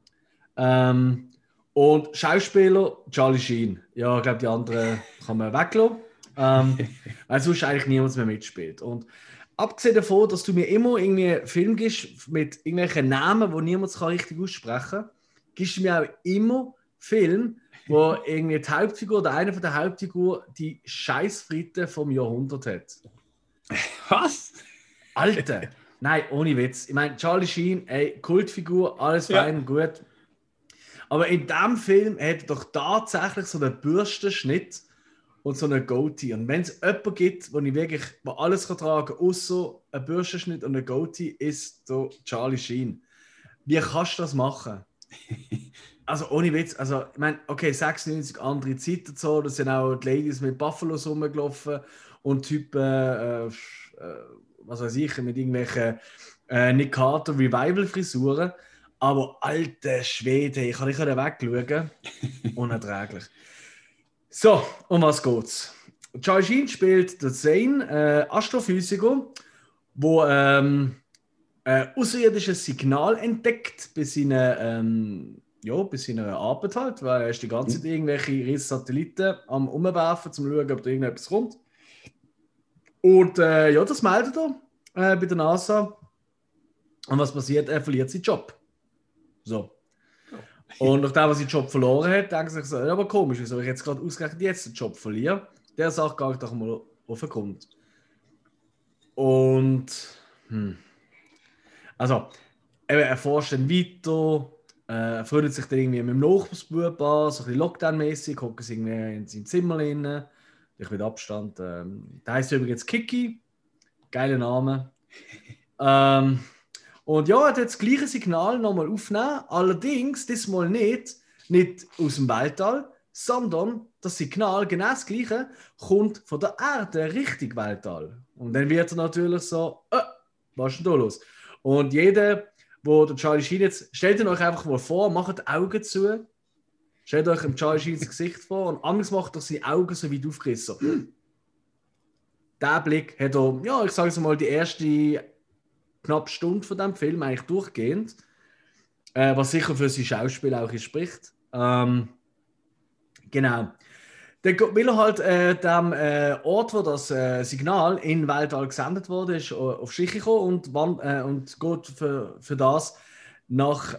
Und Schauspieler Charlie Sheen. Ja, ich glaube, die anderen kann man weglassen. Weil sonst eigentlich niemand mehr mitspielt. Und abgesehen davon, dass du mir immer irgendwie einen Film gibst mit irgendwelchen Namen, die niemand richtig aussprechen kann, gibst du mir auch immer Film, wo irgendwie die Hauptfigur oder einer von der Hauptfigur die Scheißfritte vom Jahrhundert hat. Was? Alter! Nein, ohne Witz. Ich meine, Charlie Sheen, ey, Kultfigur, alles fein und gut. Aber in diesem Film hat er doch tatsächlich so einen Bürstenschnitt und so einen Goatee. Und wenn es jemanden gibt, wo alles kann tragen kann, außer einen Bürstenschnitt und einen Goatee, ist der Charlie Sheen. Wie kannst du das machen? Also ohne Witz, also ich meine, okay, 96 andere Zeiten so, da sind auch die Ladies mit Buffalos rumgelaufen und Typen, was weiß ich, mit irgendwelchen Nick Carter Revival-Frisuren. Aber alter Schwede, ich kann nicht wegschauen. Unerträglich. So, um was geht's? Charlie Sheen spielt den Zane, Astrophysiker, der außerirdisches Signal entdeckt bei seiner Arbeit halt, weil er ist die ganze Zeit irgendwelche riesen Satelliten am Umwerfen, um zu schauen, ob da irgendetwas kommt. Und das meldet er bei der NASA. Und was passiert? Er verliert seinen Job. So. Und nachdem er seinen Job verloren hat, denkt er sich so, aber komisch, wieso ich jetzt gerade ausgerechnet jetzt den Job verliere? Der Sache gehe ich doch mal auf den Grund. Und also, er forscht dann weiter, freut sich dann irgendwie mit dem Nachbarsbub an, so ein bisschen Lockdown-mäßig, hockt sich irgendwie in seinem Zimmer rein, ich mit Abstand. Der heisst übrigens Kiki, geiler Name. Und ja, er hat jetzt das gleiche Signal nochmal aufnehmen, allerdings diesmal nicht aus dem Weltall, sondern das Signal, genau das gleiche, kommt von der Erde Richtung Weltall. Und dann wird er natürlich so, was ist denn da los? Und jeder, wo der Charlie Sheen jetzt, stellt euch einfach mal vor, macht die Augen zu, stellt euch dem Charlie Sheen ins Gesicht vor und anders macht er seine Augen so weit aufgerissen. Der Blick hat er, ja, ich sage es mal, die erste knappe Stunde von diesem Film eigentlich durchgehend, was sicher für sein Schauspiel auch spricht. Genau. Dann will er halt dem Ort, wo das Signal in Weltall gesendet wurde, ist auf Schliche kommen und geht für das nach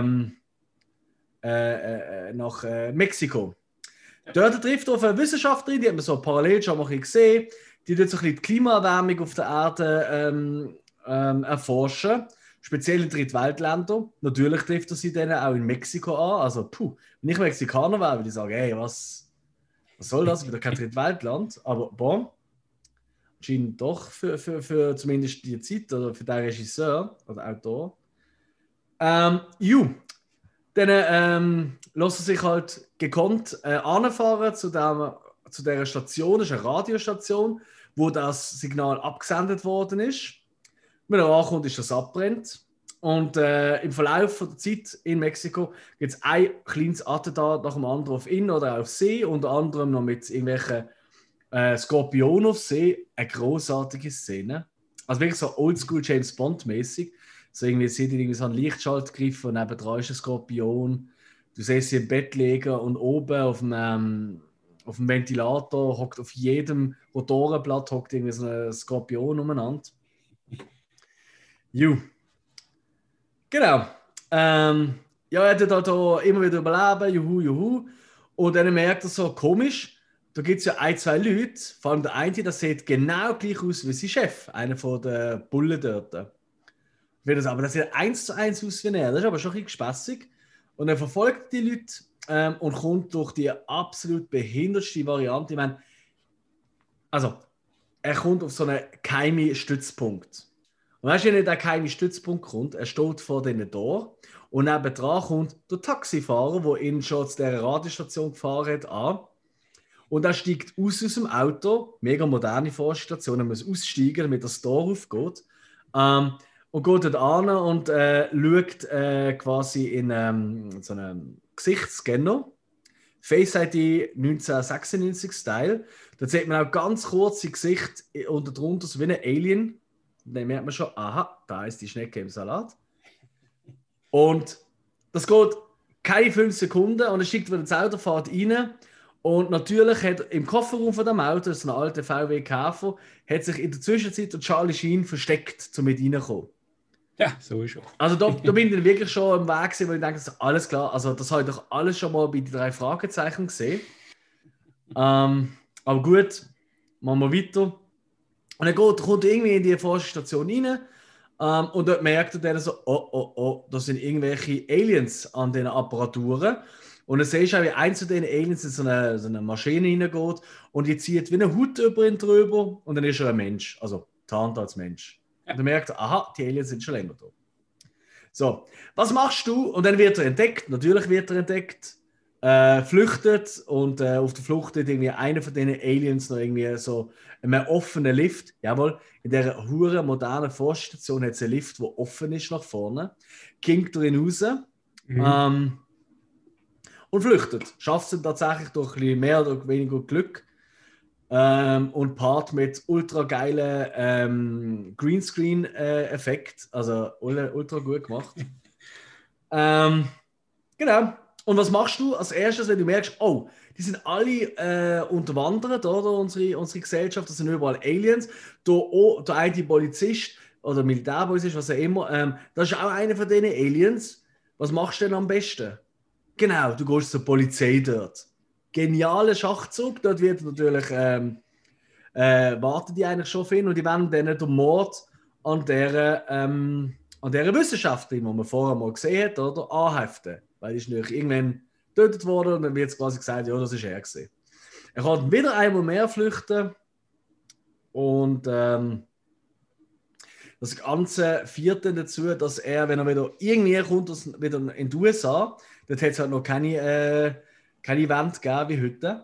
Mexiko. Dort trifft er auf eine Wissenschaftlerin, die hat man so parallel schon mal gesehen, die dort so ein bisschen die Klimaerwärmung auf der Erde erforschen, speziell in Drittweltländern. Natürlich trifft er sie dann auch in Mexiko an. Also, wenn ich Mexikaner wäre, würde ich sagen, hey, was soll das? Wieder kein Drittweltland. Aber bon, scheint doch für zumindest die Zeit oder für den Regisseur oder Autor. Dann lässt er sich halt gekonnt anfahren zu dieser Station, das ist eine Radiostation, wo das Signal abgesendet worden ist. Wenn er ankommt, ist das abbrennt. Und im Verlauf der Zeit in Mexiko gibt es ein kleines Attentat nach dem anderen auf ihn oder auf See, unter anderem noch mit irgendwelchen Skorpionen auf See. Eine großartige Szene. Also wirklich so oldschool James Bond-mäßig. So irgendwie sieht irgendwie so einen Lichtschaltgriff und nebendran ist ein Skorpion. Du siehst sie im Bett liegen und oben auf dem Ventilator hockt auf jedem Motorenblatt hockt irgendwie so ein Skorpion umeinander. Ju. Genau. Ja, er tut halt da immer wieder überleben, juhu, juhu. Und dann merkt er so, komisch, da gibt es ja ein, zwei Leute, vor allem der eine, der sieht genau gleich aus wie sein Chef, einer von den Bullen dort. Aber das sieht eins zu eins aus wie er, das ist aber schon ein bisschen gespässig. Und er verfolgt die Leute und kommt durch die absolut behindertste Variante. Ich meine, also, er kommt auf so einen geheimen Stützpunkt. Und weißt du, wenn der geheime Stützpunkt kommt, er steht vor denen da und nebendran kommt der Taxifahrer, der ihn schon zu dieser Radiostation gefahren hat, an. Und er steigt aus dem Auto, mega moderne Fahrstation, er muss aussteigen, damit das Tor aufgeht. Und geht dort an und schaut quasi in so einen Gesichtsscanner. Face ID 1996-Style. Da sieht man auch ganz kurz sein Gesicht unter drunter, so wie ein Alien. Dann merkt man schon, aha, da ist die Schnecke im Salat. Und das geht keine 5 Sekunden und er steigt wieder ins Auto, fährt rein. Und natürlich hat im Kofferraum von dem Auto, das ist ein alter VW Käfer, hat sich in der Zwischenzeit der Charlie Sheen versteckt, um mit reinzukommen. Ja, so ist schon. Also da bin ich dann wirklich schon am Weg gewesen, weil ich denke, das ist alles klar. Also das habe ich doch alles schon mal bei den 3 Fragezeichen gesehen. Aber gut, machen wir weiter. Und dann kommt er irgendwie in die Forschungsstation rein und dort merkt er dann so, oh, das sind irgendwelche Aliens an den Apparaturen. Und dann siehst du auch, wie eins von diesen Aliens in so eine Maschine reingeht und die zieht wie eine Haut über ihn drüber und dann ist er ein Mensch, also tarnt als Mensch. Und dann merkt er, aha, die Aliens sind schon länger da. So, was machst du? Und dann wird er entdeckt, natürlich wird er entdeckt, flüchtet und auf der Flucht hat irgendwie einer von diesen Aliens noch irgendwie so einen offenen Lift. Jawohl, in dieser huren modernen Forststation hat es einen Lift, der offen ist nach vorne. Kinkt er ihn raus und flüchtet. Schafft es tatsächlich durch ein bisschen mehr oder weniger Glück und paart mit ultra geilen Greenscreen-Effekt. Also ultra gut gemacht. Genau. Und was machst du als erstes, wenn du merkst, oh, die sind alle unterwandert, oder? Unsere Gesellschaft, das sind überall Aliens. Der eine Polizist oder Militärpolizist, was auch immer, das ist auch einer von diesen Aliens. Was machst du denn am besten? Genau, du gehst zur Polizei dort. Genialer Schachzug, dort wird natürlich warten die eigentlich schon hin und die werden dann den Mord an dieser Wissenschaftlerin, die man vorher mal gesehen hat, oder, anheften. Weil die ist natürlich irgendwann getötet worden und dann wird quasi gesagt, ja, das ist er gewesen. Er kann wieder einmal mehr flüchten und das Ganze führt dann dazu, dass er, wenn er wieder irgendwie kommt, wieder in die USA, dort hat es halt noch keine Event gegeben wie heute.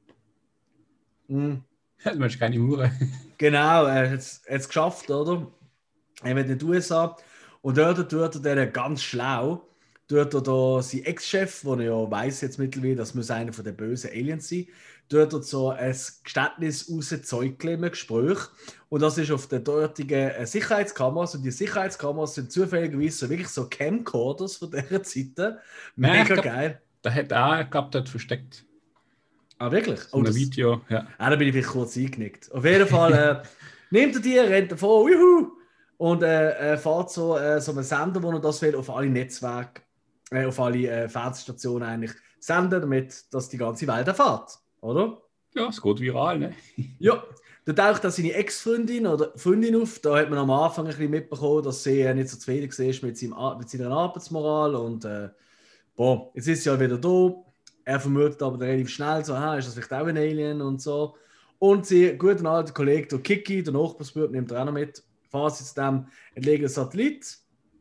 Du meinst keine Uhr. Genau, er hat es geschafft, oder? Er wird in die USA und dort tut er ganz schlau, tut er da sein Ex-Chef, der ja weiss jetzt mittlerweile, das muss einer von den bösen Aliens sein, tut er so ein Geständnis rauszeugen im Gespräch. Und das ist auf den dortigen Sicherheitskameras. Und die Sicherheitskameras sind zufälligerweise so wirklich so Camcorders von dieser Zeit. Mega geil. Da hat er, glaube dort versteckt. Ah, wirklich? So ein Video, ja. Da bin ich vielleicht kurz eingenickt. Auf jeden Fall nimmt er die, rennt davon, juhu! Und fährt so einen Sender, wo er das will, auf alle Netzwerke, auf alle Fernsehstationen eigentlich senden, damit das die ganze Welt erfährt, oder? Ja, es geht viral, ne? Ja, da taucht auch seine Ex-Freundin oder Freundin auf. Da hat man am Anfang ein bisschen mitbekommen, dass sie nicht so zufrieden war mit seiner Arbeitsmoral. Und jetzt ist sie ja wieder da. Er vermutet aber relativ schnell so, ist das vielleicht auch ein Alien und so. Und sie, gut und alter Kollege, der Kiki, der Nachbarsbub, nimmt er auch noch mit. Fahren sie zu dem entlegenen Satellit.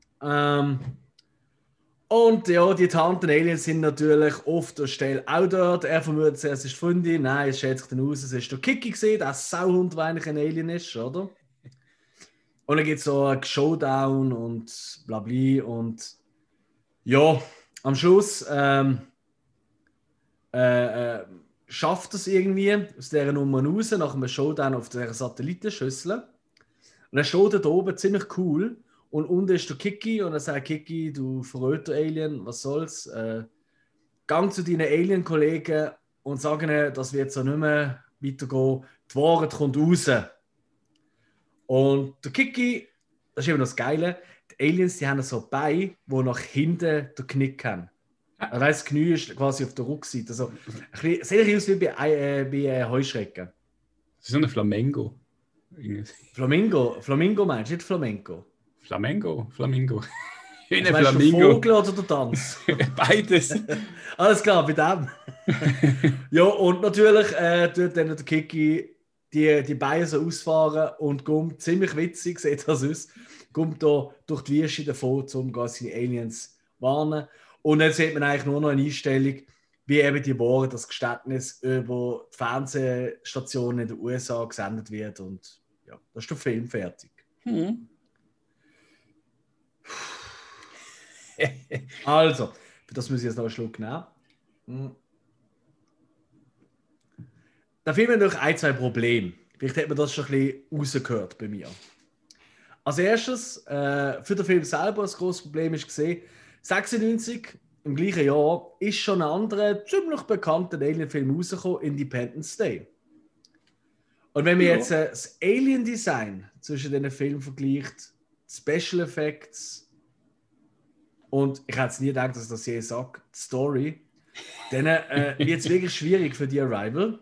Und ja, die Tanten Aliens sind natürlich oft der Stelle auch dort. Er vermutet zuerst, es ist Freundin. Nein, es stellt sich dann aus, es ist der Kiki gesehen, der Sauhund, der eigentlich ein Alien ist, oder? Und dann gibt es so einen Showdown und blabli. Und ja, am Schluss schafft es irgendwie aus dieser Nummer raus, nach einem Showdown auf der Satellitenschüssel. Und er steht da oben ziemlich cool. Und unten ist der Kiki und er sagt, Kiki, du verröter Alien, was soll's? Gang zu deinen Alien-Kollegen und sag ihnen, das wird so nicht mehr weitergehen. Die Wahrheit kommt raus. Und der Kiki das ist eben das Geile, die Aliens, die haben so Beine, die nach hinten den Knick haben. Das heisst, das Knie ist quasi auf der Rückseite. Also, sieht ein bisschen aus wie bei Heuschrecken. Das ist so ein Flamengo. Flamingo meinst du, nicht Flamenco? Flamingo. Also meinst du den Vogel oder den Tanz? Beides. Alles klar, bei dem. Ja, und natürlich tut dann der Kiki die Beine so ausfahren und kommt, ziemlich witzig sieht das aus, kommt da durch die Wüste davon, um seine Aliens zu warnen. Und dann sieht man eigentlich nur noch eine Einstellung, wie eben die Worte, das Geständnis über die Fernsehstationen in den USA gesendet wird. Und ja, das ist der Film fertig. Also, für das muss ich jetzt noch einen Schluck nehmen. Der Film hat natürlich ein, zwei Probleme. Vielleicht hat man das schon ein bisschen rausgehört bei mir. Als erstes, für den Film selber, das grosse Problem ist gesehen, 96, im gleichen Jahr, ist schon ein anderer, ziemlich bekannter Alien-Film rausgekommen, Independence Day. Und wenn man jetzt das Alien-Design zwischen diesen Filmen vergleicht, Special Effects und ich hätte es nie gedacht, dass ich das je sage, die Story, dann wird es wirklich schwierig für die Arrival.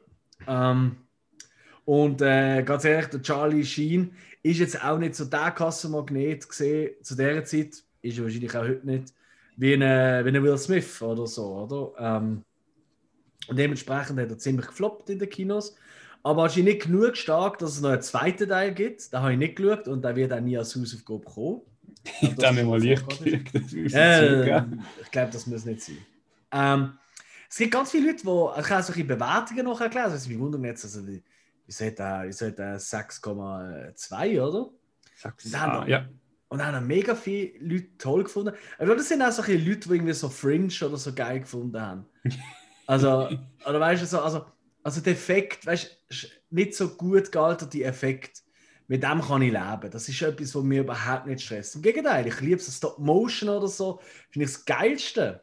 Und ganz ehrlich, der Charlie Sheen ist jetzt auch nicht so der Kassenmagnet gesehen zu dieser Zeit, ist er wahrscheinlich auch heute nicht, wie ein Will Smith oder so, oder? Und dementsprechend hat er ziemlich gefloppt in den Kinos. Aber wahrscheinlich nicht genug stark, dass es noch einen zweiten Teil gibt. Da habe ich nicht geschaut und der wird auch nie als Hausaufgabe kommen. Ich habe mal Licht gekriegt. Ich glaube, das muss nicht sein. Es gibt ganz viele Leute, die ich habe solche Bewertungen noch erklären. Also, wir wundern jetzt, also wie sollte 6,2, oder? 6, ja. Und dann haben mega viele Leute toll gefunden. Aber das sind auch solche Leute, die irgendwie so Fringe oder so geil gefunden haben. Also, oder weißt du, so, also der Effekt, weißt du, nicht so gut gealterte Effekt, mit dem kann ich leben. Das ist etwas, was mir überhaupt nicht stresst. Im Gegenteil, ich liebe es, Stop Motion oder so, finde ich das Geilste.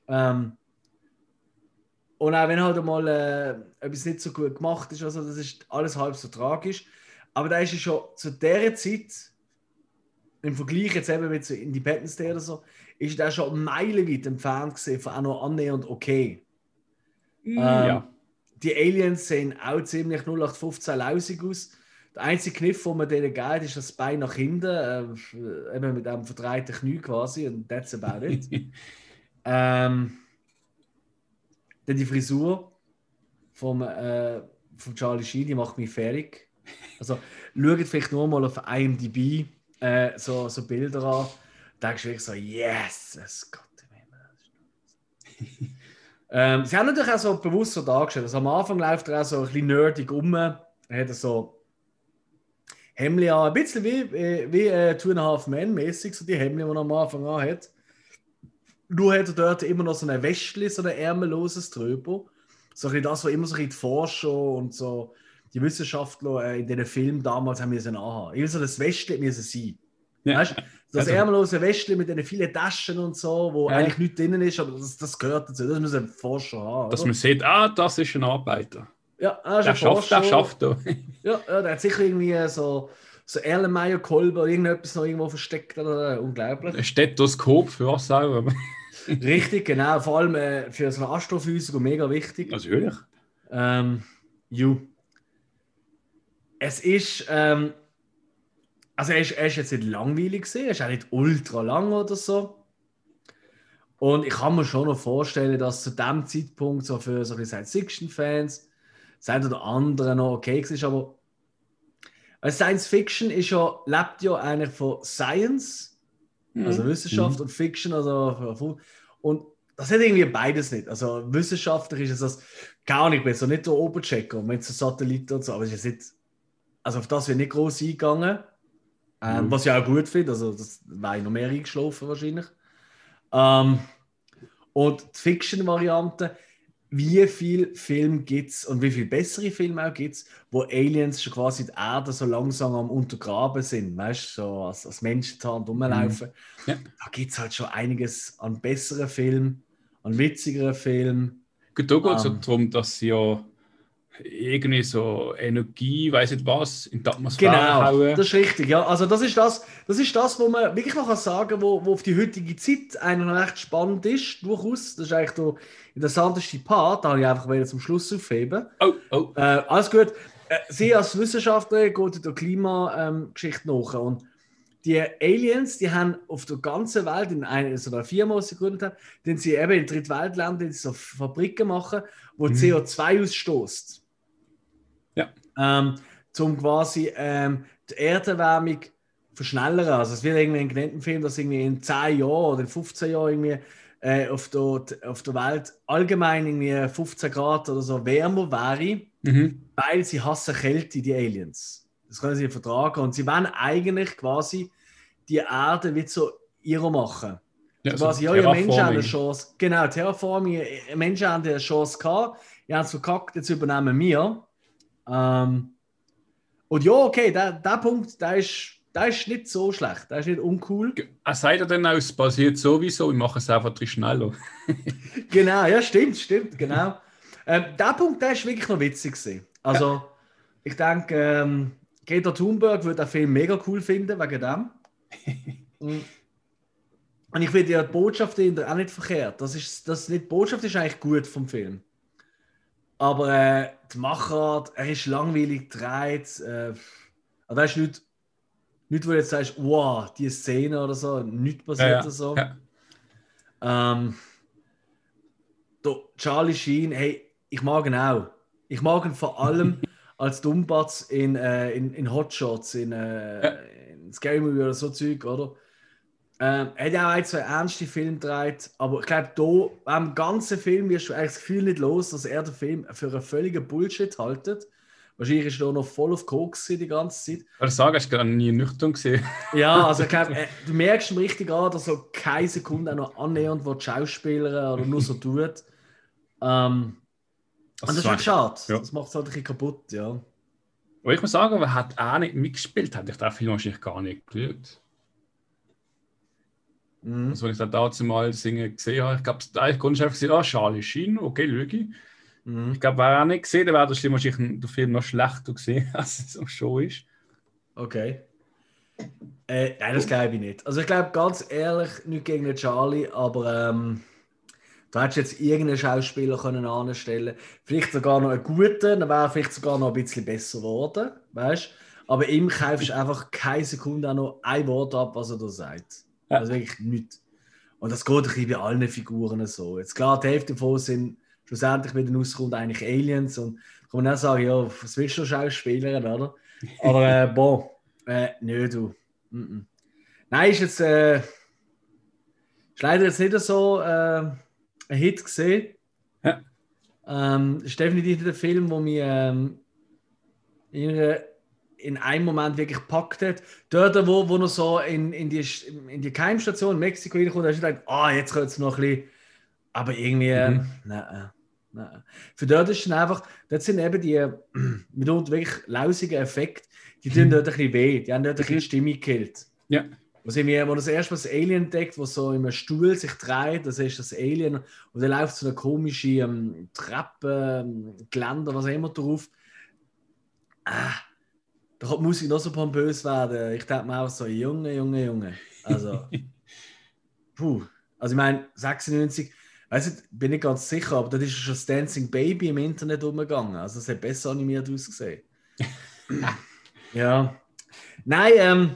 Und auch wenn halt mal etwas nicht so gut gemacht ist, also das ist alles halb so tragisch. Aber da ist es schon zu dieser Zeit, im Vergleich jetzt eben mit so Independence Day oder so, ist der schon meilenweit entfernt gesehen von auch noch annähernd okay. Ja. Die Aliens sehen auch ziemlich 0815 lausig aus. Der einzige Kniff, den man denen geht, ist das Bein nach hinten, eben mit einem verdrehten Knie quasi, und that's about it. Dann die Frisur vom Charlie Sheen, die macht mich fertig. Also schaut vielleicht nur mal auf IMDb so Bilder an. Da denkst du wirklich so, yes, es Gott im Himmel. Sie haben natürlich auch so bewusst so dargestellt. Also am Anfang läuft er auch so ein bisschen nerdig rum. Er hat so Hemdli an, ein bisschen wie Two and a Half Men mäßig, so die Hemdli, die er am Anfang an hat. Nur hat er dort immer noch so ein Westli, so ein ärmelloses drüber. So ein bisschen das, was immer so ein bisschen die Forscher und so die Wissenschaftler in diesen Filmen damals haben müssen anhaben. Immer so das Westli müssen sein. Ja. Weißt du? Das ärmellose Westli mit den vielen Taschen und so, wo eigentlich nichts drin ist, aber das gehört dazu. Das muss ein Forscher haben. Dass man sieht, das ist ein Arbeiter. Ja, der schafft da. Ja, der hat sicher irgendwie so Erlenmeyer-Kolben oder irgendetwas noch irgendwo versteckt. Unglaublich. Ein Stethoskop für was auch. Richtig, genau. Vor allem für so eine Astrophysiker mega wichtig. Natürlich. Es ist... also er ist jetzt nicht langweilig gewesen, er ist auch nicht ultra lang oder so. Und ich kann mir schon noch vorstellen, dass zu dem Zeitpunkt so für solche Science-Fiction-Fans das eine oder andere noch okay ist, aber Science-Fiction lebt ja eigentlich von Science, also Wissenschaft und Fiction, also und das hat irgendwie beides nicht. Also wissenschaftlich ist es das, keine Ahnung, ich bin so nicht der Oberchecker, wenn es so Satelliten und so, aber es ist nicht, also auf das wird nicht groß eingegangen. Was ich auch gut finde, also das war noch mehr eingeschlafen wahrscheinlich. Und die Fiction-Variante, wie viele Filme gibt es und wie viele bessere Filme auch gibt es, wo Aliens schon quasi die Erde so langsam am Untergraben sind, weißt du, so als Menschenhand rumlaufen. Ja. Da gibt es halt schon einiges an besseren Filmen, an witzigeren Filmen. Gut, da geht es ja darum, dass sie ja irgendwie so Energie, weiß nicht was, in die Atmosphäre Genau, hauen. das ist richtig, ja. Also das ist das, wo man wirklich noch sagen kann, wo auf die heutige Zeit eigentlich noch recht spannend ist, durchaus. Das ist eigentlich der interessanteste Part, da habe ich einfach wieder zum Schluss aufheben. Oh. Alles gut. Sie als Wissenschaftler geht in der Klimageschichte nach. Und die Aliens, die haben auf der ganzen Welt, in so einer Firma, die sie gegründet haben, die sie eben in Drittweltländern so Fabriken machen, wo CO2 ausstößt. Ja. Um quasi die Erderwärmung zu verschnellern. Also es wird irgendwie genannt im Film, dass irgendwie in 10 Jahren oder in 15 Jahren irgendwie auf der Welt allgemein irgendwie 15 Grad oder so wärmer wäre, weil sie hassen Kälte, die Aliens. Das können sie vertragen und sie wollen eigentlich quasi die Erde wieder so ihrer machen. Ja, so quasi, so ja, Menschen haben eine Terraforming. Chance. Genau, Terraforming, Menschen haben eine Chance gehabt, die haben es verkackt, jetzt übernehmen wir. Und ja, okay, der Punkt, der ist nicht so schlecht, der ist nicht uncool. Seid ihr denn auch, es passiert sowieso, wir machen es einfach ein bisschen schneller. Genau, ja, stimmt, genau. Der Punkt, der ist wirklich noch witzig gewesen. Also, ich denke, Greta Thunberg würde den Film mega cool finden, wegen dem. Und ich finde ja die Botschaft auch nicht verkehrt. Die Botschaft ist eigentlich gut vom Film. Aber die Machart, er ist langweilig gedreht. Also da ist nichts, wo du jetzt sagst, wow, die Szene oder so, nichts passiert so. Ja. Charlie Sheen, hey, ich mag ihn auch. Ich mag ihn vor allem als Dummbatz in Hotshots, in Scary Movie oder so Zeug, oder? Er hat ja auch ein, zwei ernste Filme gedreht, aber ich glaube, hier am ganzen Film wirst du eigentlich das Gefühl nicht los, dass er den Film für einen völligen Bullshit haltet. Wahrscheinlich ist er noch voll auf Koks die ganze Zeit. Ich würde sagen, hast du gerade nie nüchtern gesehen. Ja, also ich glaube, du merkst ihm richtig an, dass er keine Sekunde auch noch annähernd Schauspieler oder nur so tut. Und das ist halt schade. Ja. Das macht es halt ein bisschen kaputt, ja. Aber ich muss sagen, wer hat auch nicht mitgespielt, hätte ich den Film wahrscheinlich gar nicht geschaut. Also, wenn ich das damals mal singen gesehen habe, ich glaube, ich konnte einfach sagen, Charlie Sheen, okay, Lüge. Ich glaube, wer auch nicht gesehen, dann wäre das wahrscheinlich der Film noch schlechter gesehen, als es so schon ist. Okay. Nein, das glaube ich nicht. Also ich glaube, ganz ehrlich, nicht gegen den Charlie, aber da hättest du jetzt irgendeinen Schauspieler können anstellen, vielleicht sogar noch einen guten, dann wäre er vielleicht sogar noch ein bisschen besser geworden, weißt? Aber ihm kaufst du einfach keine Sekunde auch noch ein Wort ab, was er da sagt. Ja. Also wirklich nichts. Und das geht ein bisschen bei allen Figuren so. Jetzt klar, die Hälfte davon sind schlussendlich, wenn dann rauskommt, eigentlich Aliens und kann man auch sagen, ja, was willst du Schauspielern, oder? Aber nö, du. Nein, ist leider jetzt nicht so ein Hit gesehen. Ja. Ist definitiv nicht ein Film, der mich in einem Moment wirklich gepackt hat. Dort, wo er so in die Keimstation in Mexiko reinkommt, da hast du gedacht, jetzt könnte es noch ein bisschen. Aber irgendwie, nein. Für dort ist dann einfach, dort sind eben die mitunter wirklich lausigen Effekte, die tun dort ein bisschen weh, die haben dort ein bisschen die Stimme gekillt. Ja. Wo das erste Mal das Alien entdeckt, das so in einem Stuhl sich dreht, das ist das Alien, und dann läuft so eine komische Treppe, Geländer, was auch immer drauf. Da kann die Musik noch so pompös werden. Ich denke mir auch so, Junge. Also, Also ich meine, 96, bin ich ganz sicher, aber das ist schon das Dancing Baby im Internet umgegangen. Also es hat besser animiert ausgesehen. Ja. Nein,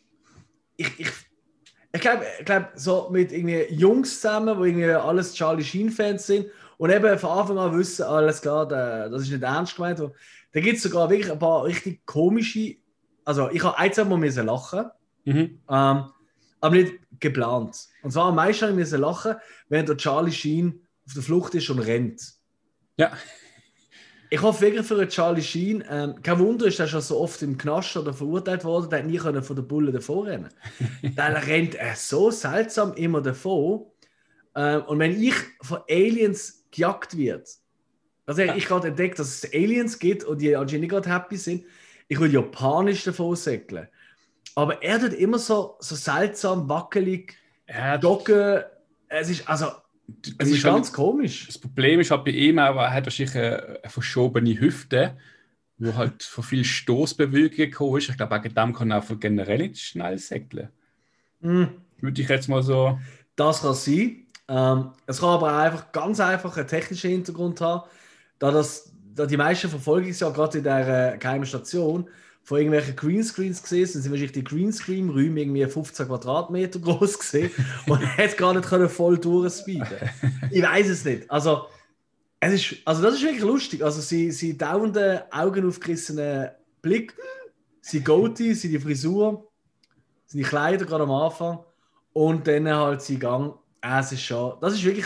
ich glaube, so mit irgendwie Jungs zusammen, die irgendwie alles Charlie Sheen-Fans sind und eben von Anfang an wissen, alles klar, das ist nicht ernst gemeint. Da gibt es sogar wirklich ein paar richtig komische, also ich habe einmal lachen, aber nicht geplant. Und zwar am meisten musste ich lachen, wenn der Charlie Sheen auf der Flucht ist und rennt. Ja. Ich hoffe wirklich für den Charlie Sheen, kein Wunder ist er schon so oft im Knast oder verurteilt worden, der hat nie von der Bulle davor rennen. Dann rennt er so seltsam immer davon. Und wenn ich von Aliens gejagt wird, also ich gerade entdeckt, dass es Aliens gibt und die anscheinend nicht gerade happy sind, ich würde japanisch davon säckeln. Aber er tut immer so seltsam, wackelig, joggen. Es ist, also, Es ist ganz komisch. Das Problem ist halt bei ihm auch, er hat wahrscheinlich eine verschobene Hüfte, wo halt von viel Stoßbewegung gekommen ist. Ich glaube, wegen dem kann er auch generell nicht schnell segeln. Würde ich jetzt mal so... Das kann sein. Es kann aber auch einfach ganz einfach einen technischen Hintergrund haben, da die meisten Verfolgungsjagden gerade in der geheimen Station von irgendwelchen Greenscreens gesehen sind wahrscheinlich die Greenscreen-Räume irgendwie 15 Quadratmeter groß gesehen und er hätte gar nicht voll durchspeeden. Ich weiß es nicht. Also das ist wirklich lustig. Also sie dauernden, Augen aufgerissenen Blick, sie Goatee, sie die Frisur, seine Kleider gerade am Anfang und dann halt sein Gang. Das ist wirklich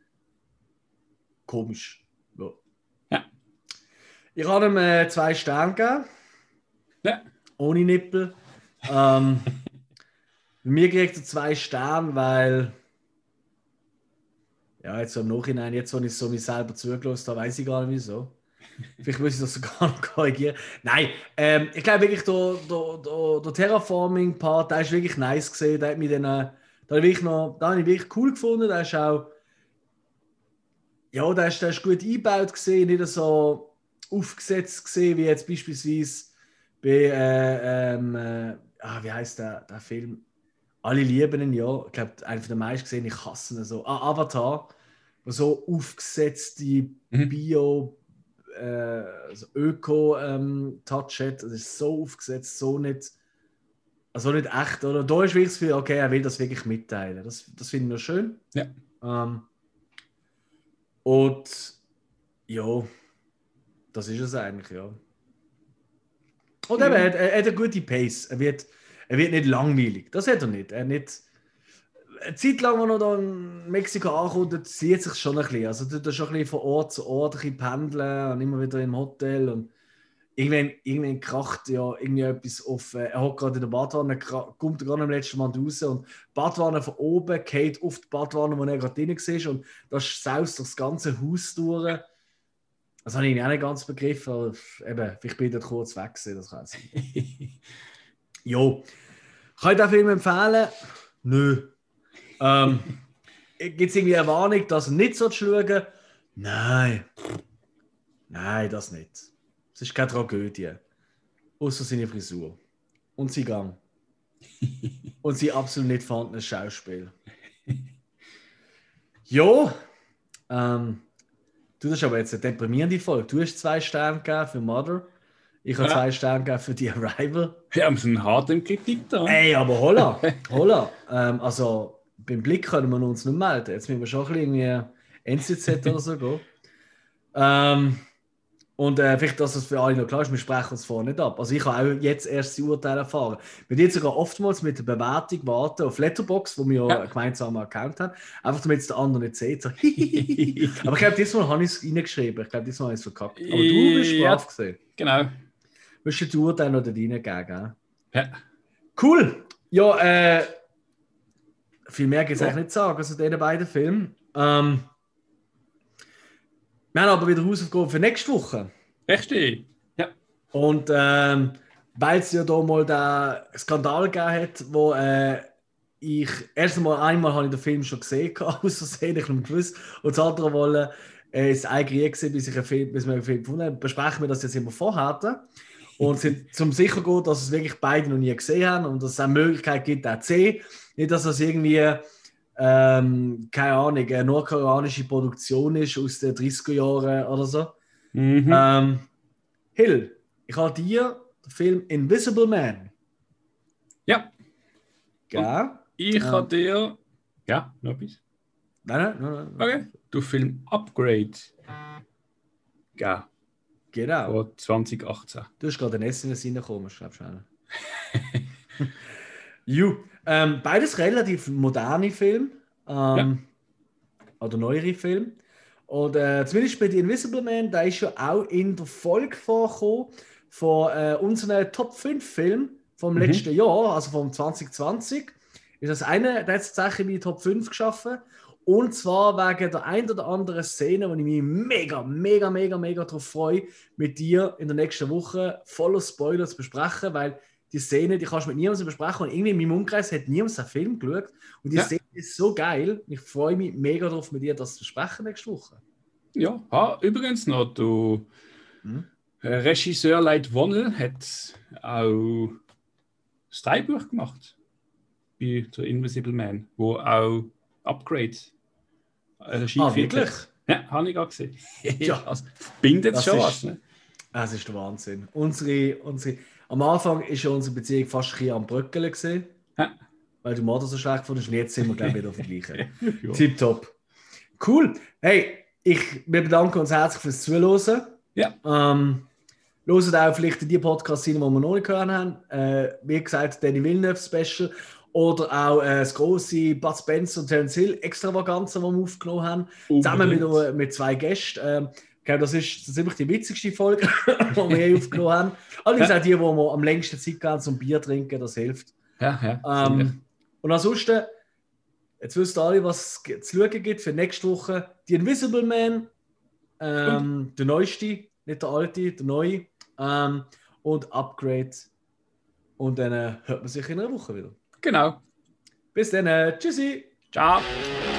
komisch. Ja. Ich habe ihm 2 Sterne gegeben. Ja. Ohne Nippel. Bei mir kriegt er 2 Sterne, weil ja, jetzt so im Nachhinein, jetzt, wo ich so mich selber zugelassen habe, weiß ich gar nicht wieso. Vielleicht muss ich das sogar noch korrigieren. Nein, ich glaube wirklich, der Terraforming-Part, der ist wirklich nice gesehen. Der hat mich dann, da habe ich wirklich cool gefunden. Der ist auch, ja, der ist gut eingebaut gesehen, nicht so aufgesetzt gesehen, wie jetzt beispielsweise bei, wie heißt der Film? Alle lieben ihn, ja. Ich glaube, einer der meisten gesehen, ich hasse ihn so. Avatar, wo so aufgesetzte Bio- also Öko-Touch hat. Das ist so aufgesetzt, so nicht echt. Oder? Da ist wirklich das Gefühl, okay, er will das wirklich mitteilen. Das finde ich noch schön. Ja. Und ja, das ist es eigentlich, ja. Und eben, er hat eine gute Pace. Er wird nicht langweilig. Das hat er nicht. Eine Zeit lang, als er da in Mexiko ankommt, dort zieht es sich schon ein bisschen. Also dort schon ein bisschen von Ort zu Ort ein bisschen pendeln und immer wieder im Hotel. Und irgendwann kracht ja irgendwie etwas auf. Er hat gerade in der Badwanne, kommt gerade am letzten Mal raus und die Badwanne von oben geht auf die Badwanne, wo er gerade drin war. Und das saust durch das ganze Haus durch. Das habe ich auch nicht ganz begriffen, aber eben, vielleicht bin ich dort kurz weg gewesen, das kann sein. Jo. Kann ich den Film empfehlen? Nö. Gibt es irgendwie eine Warnung, dass er nicht so zu schauen? Nein. Nein, das nicht. Es ist keine Tragödie. Außer seine Frisur. Und sein Gang. Und sein absolut nicht vorhandenes Schauspiel. Jo. Du hast aber jetzt eine deprimierende Folge. Du hast 2 Sterne gegeben für Mother. Ich habe 2 Sterne gegeben für The Arrival. Wir haben so einen harten Kritik da. Ey, aber holla. Also, beim Blick können wir uns nicht melden. Jetzt müssen wir schon ein bisschen irgendwie NZZ oder so gehen. Und vielleicht, dass es für alle noch klar ist, wir sprechen uns vorher nicht ab. Also ich habe auch jetzt erst die Urteile erfahren. Wir jetzt sogar oftmals mit der Bewertung warten auf Letterboxd, wo wir ja gemeinsam einen Account haben, einfach damit es der andere nicht sieht. So, aber ich glaube, diesmal habe ich es reingeschrieben. Ich glaube, diesmal habe ich es verkackt. Aber du bist brav gesehen. Genau. Willst du die Urteile noch da reingeben? Ja. Cool. Ja, viel mehr gibt es eigentlich nicht zu sagen, also diese beiden Filme. Wir haben aber wieder Hausaufgaben für nächste Woche. Richtig. Ja. Und weil es ja da mal den Skandal gegeben hat, wo ich einmal habe ich den Film schon gesehen, aus Versehen, ich habe gewusst, und das andere Mal ist eigentlich gewesen, bis wir einen Film gefunden haben, besprechen wir das jetzt immer vorher. Und zum sicher gehen, dass es wirklich beide noch nie gesehen haben und dass es eine Möglichkeit gibt, auch zu sehen. Nicht, dass es irgendwie keine Ahnung, eine nordkoreanische Produktion ist aus den 30er Jahren oder so. Hill, ich habe dir den Film Invisible Man. Ja. Ja. Ich habe dir... Ja, noch etwas? Nein. Okay. Du Film Upgrade. Ja. Genau. Von 2018. Du hast gerade ein SMS reingekommen, ich glaube schon. Beides relativ moderne Filme. Oder neuere Filme. Und zumindest bei The Invisible Man, da ist ja auch in der Folge vorgekommen von unseren Top 5 Filmen vom letzten Jahr, also vom 2020. Ist das eine, der hat es tatsächlich in die Top 5 geschaffen. Und zwar wegen der ein oder anderen Szene, wo ich mich mega drauf freue, mit dir in der nächsten Woche voller Spoiler zu besprechen, weil die Szene, die kannst du mit niemandem besprechen. Und irgendwie in meinem Umkreis hat niemand den Film geschaut. Und die Szene ist so geil. Ich freue mich mega darauf, mit dir das zu besprechen nächste Woche. Ja, übrigens noch, du Regisseur Leit Wonnel hat auch das Drehbuch gemacht bei The Invisible Man, wo auch Upgrade Regie wirklich? Ja, habe ich auch gesehen. Ja, also, bindet das schon ist, was. Ne? Das ist der Wahnsinn. Am Anfang ist ja unsere Beziehung fast ein bisschen am Bröckeln gesehen, weil du Mord so schlecht fandest. Und jetzt sind wir, glaube ich, wieder auf dem gleichen. Tipptopp. Cool. Hey, wir bedanken uns herzlich fürs Zuhören. Ja. Hört auch vielleicht die Podcasts rein, die wir noch nicht gehört haben. Wie gesagt, Danny Villeneuve Special oder auch das grosse Bud Spencer und Terence Hill Extravaganza, die wir aufgenommen haben. Zusammen mit 2 Gästen. Ich glaube, das ist ziemlich die witzigste Folge, die wir aufgenommen haben. Allerdings auch die, wo wir am längsten Zeit haben zum Bier trinken, das hilft. Und ansonsten, jetzt wisst ihr alle, was es zu schauen gibt für nächste Woche. Die Invisible Man, der neueste, nicht der alte, der neue. Und Upgrade. Und dann hört man sich in einer Woche wieder. Genau. Bis dann. Tschüssi. Ciao.